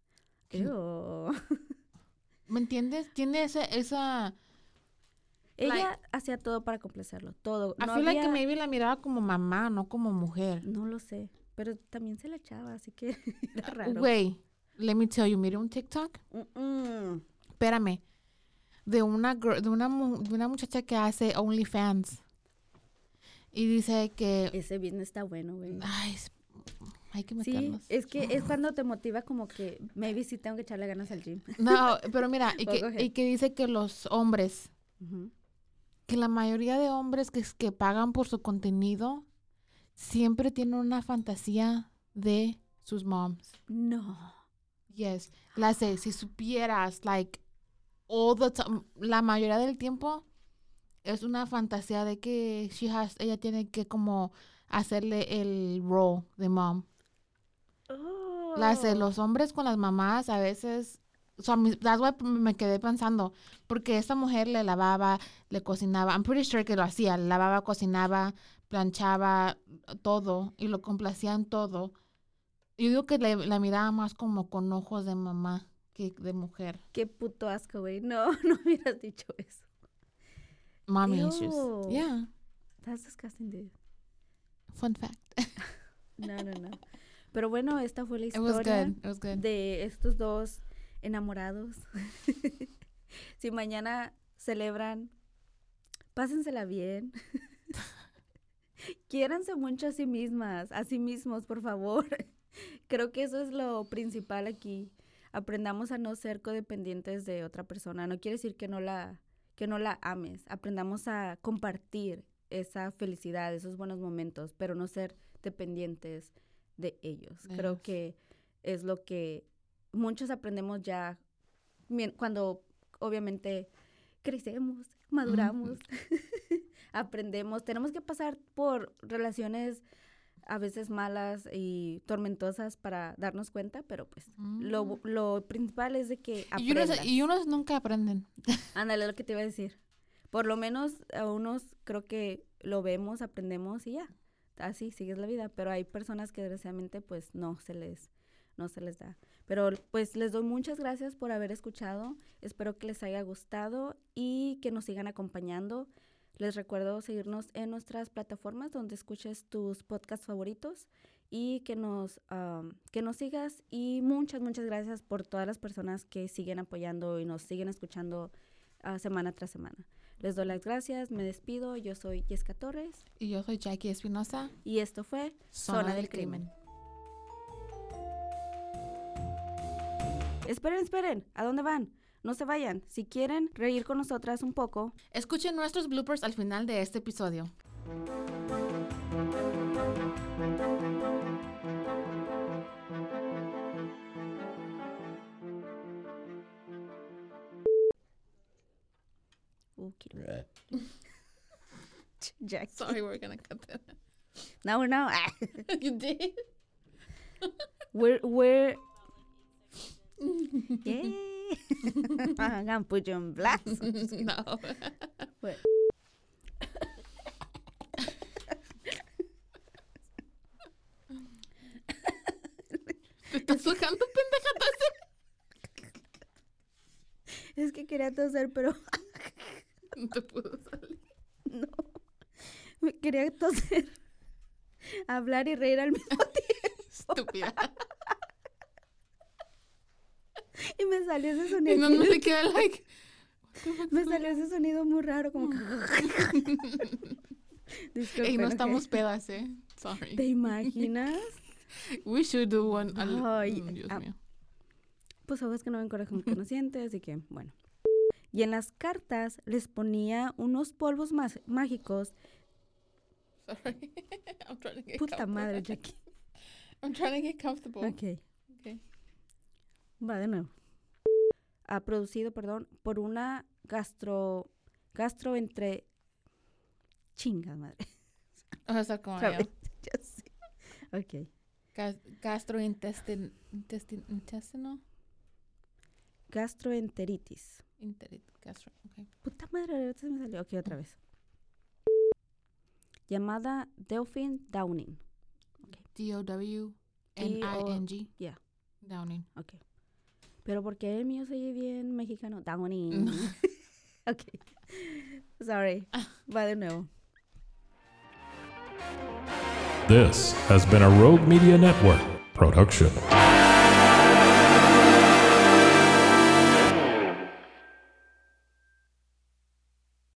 Ew. ¿Me entiendes? Tiene ese, esa... Ella Like- hacía todo para complacerlo, todo. I No feel like que había- maybe la miraba como mamá, no como mujer. No lo sé, pero también se le echaba, así que era raro. Güey, let me tell you, miré un TikTok. Mm-mm. Espérame. De una, girl- de una, mu- de una muchacha que hace OnlyFans. Y dice que... Ese business está bueno, güey. Ay, es- hay que Sí, meternos. es que es cuando te motiva como que maybe sí tengo que echarle ganas al gym. No, pero mira, y Oh, go que, ahead. y que dice que los hombres, Ujú. que la mayoría de hombres que, que pagan por su contenido, siempre tienen una fantasía de sus moms. No. Yes. La sé, si supieras, like, all the time, la mayoría del tiempo es una fantasía de que she has, ella tiene que como hacerle el role de mom. Las de Oh. los hombres con las mamás a veces, so, a mí- that's why me quedé pensando, porque esta mujer le lavaba, le cocinaba, I'm pretty sure que lo hacía, le lavaba, cocinaba, planchaba, todo, y lo complacía en todo. Yo digo que le, la miraba más como con ojos de mamá que de mujer. Qué puto asco, güey. No, no hubieras dicho eso. Mommy Ew. issues. Yeah, That's disgusting, dude. fun fact. No, no, no. Pero bueno, esta fue la It was historia good, it was good. de estos dos enamorados. Si mañana celebran, pásensela bien. Quiéranse mucho a sí mismas, a sí mismos, por favor. Creo que eso es lo principal aquí. Aprendamos a no ser codependientes de otra persona. No quiere decir que no la, que no la ames. Aprendamos a compartir esa felicidad, esos buenos momentos, pero no ser dependientes de ellos. Creo Yes. que es lo que muchos aprendemos ya mien- cuando obviamente crecemos, maduramos, aprendemos. Tenemos que pasar por relaciones a veces malas y tormentosas para darnos cuenta, pero pues lo, Mm. lo principal es de que Y unos, aprendas. y unos nunca aprenden. Ándale, lo que te iba a decir. Por lo menos a unos creo que lo vemos, aprendemos y ya. Así sigues la vida, pero hay personas que desgraciadamente pues no se les no se les da. Pero pues les doy muchas gracias por haber escuchado. Espero que les haya gustado y que nos sigan acompañando. Les recuerdo seguirnos en nuestras plataformas donde escuches tus podcasts favoritos y que nos, um, que nos sigas. Y muchas, muchas gracias por todas las personas que siguen apoyando y nos siguen escuchando uh, semana tras semana. Les doy las gracias, me despido. Yo soy Jessica Torres Y yo soy Jackie Espinosa. y esto fue Zona, del Crimen. Esperen, esperen. ¿A dónde van? No se vayan. Si quieren reír con nosotras un poco, Escuchen nuestros bloopers al final de este episodio. uh, quiero- Jack. Sorry, we're gonna cut that. No, no. You did? We're we're Yay. I'm gonna put you on blast. No. What? ¿Te estás sacando, pendeja? Es que quería toser, pero No te puedo salir. no. Me quería toser, hablar y reír al mismo tiempo. Estúpida. Y me salió ese Y sonido. no, no te queda like. Me salió ese sonido muy raro, como que... Disculpen, Ey, no ¿ok? estamos pedas, eh. Sorry. ¿Te imaginas? We should do one. al- Ay, Mm, Dios ah. mío. Pues sabes que no ven coraje que no siente, así que, bueno. Y en las cartas les ponía unos polvos más mágicos. Sorry. I'm trying to get Puta comfortable. madre, Jackie. I'm trying to get comfortable. Ok, Okay. va de nuevo. Ha producido, perdón, por una gastro... Gastro entre... Chinga madre. O sea, como Otra yo. vez, ya sé. Ok. Gas- gastrointestin intestin intestinal Gastroenteritis. Interi- gastro okay. Puta madre, ahorita se me salió. Ok, otra vez. Llamada Delphine Downing. D O W N I N G Yeah. Downing. Ok. Pero ¿por qué el mío se oye bien mexicano? Downing. Ok. Sorry. Va de nuevo. This has been a Rogue Media Network production.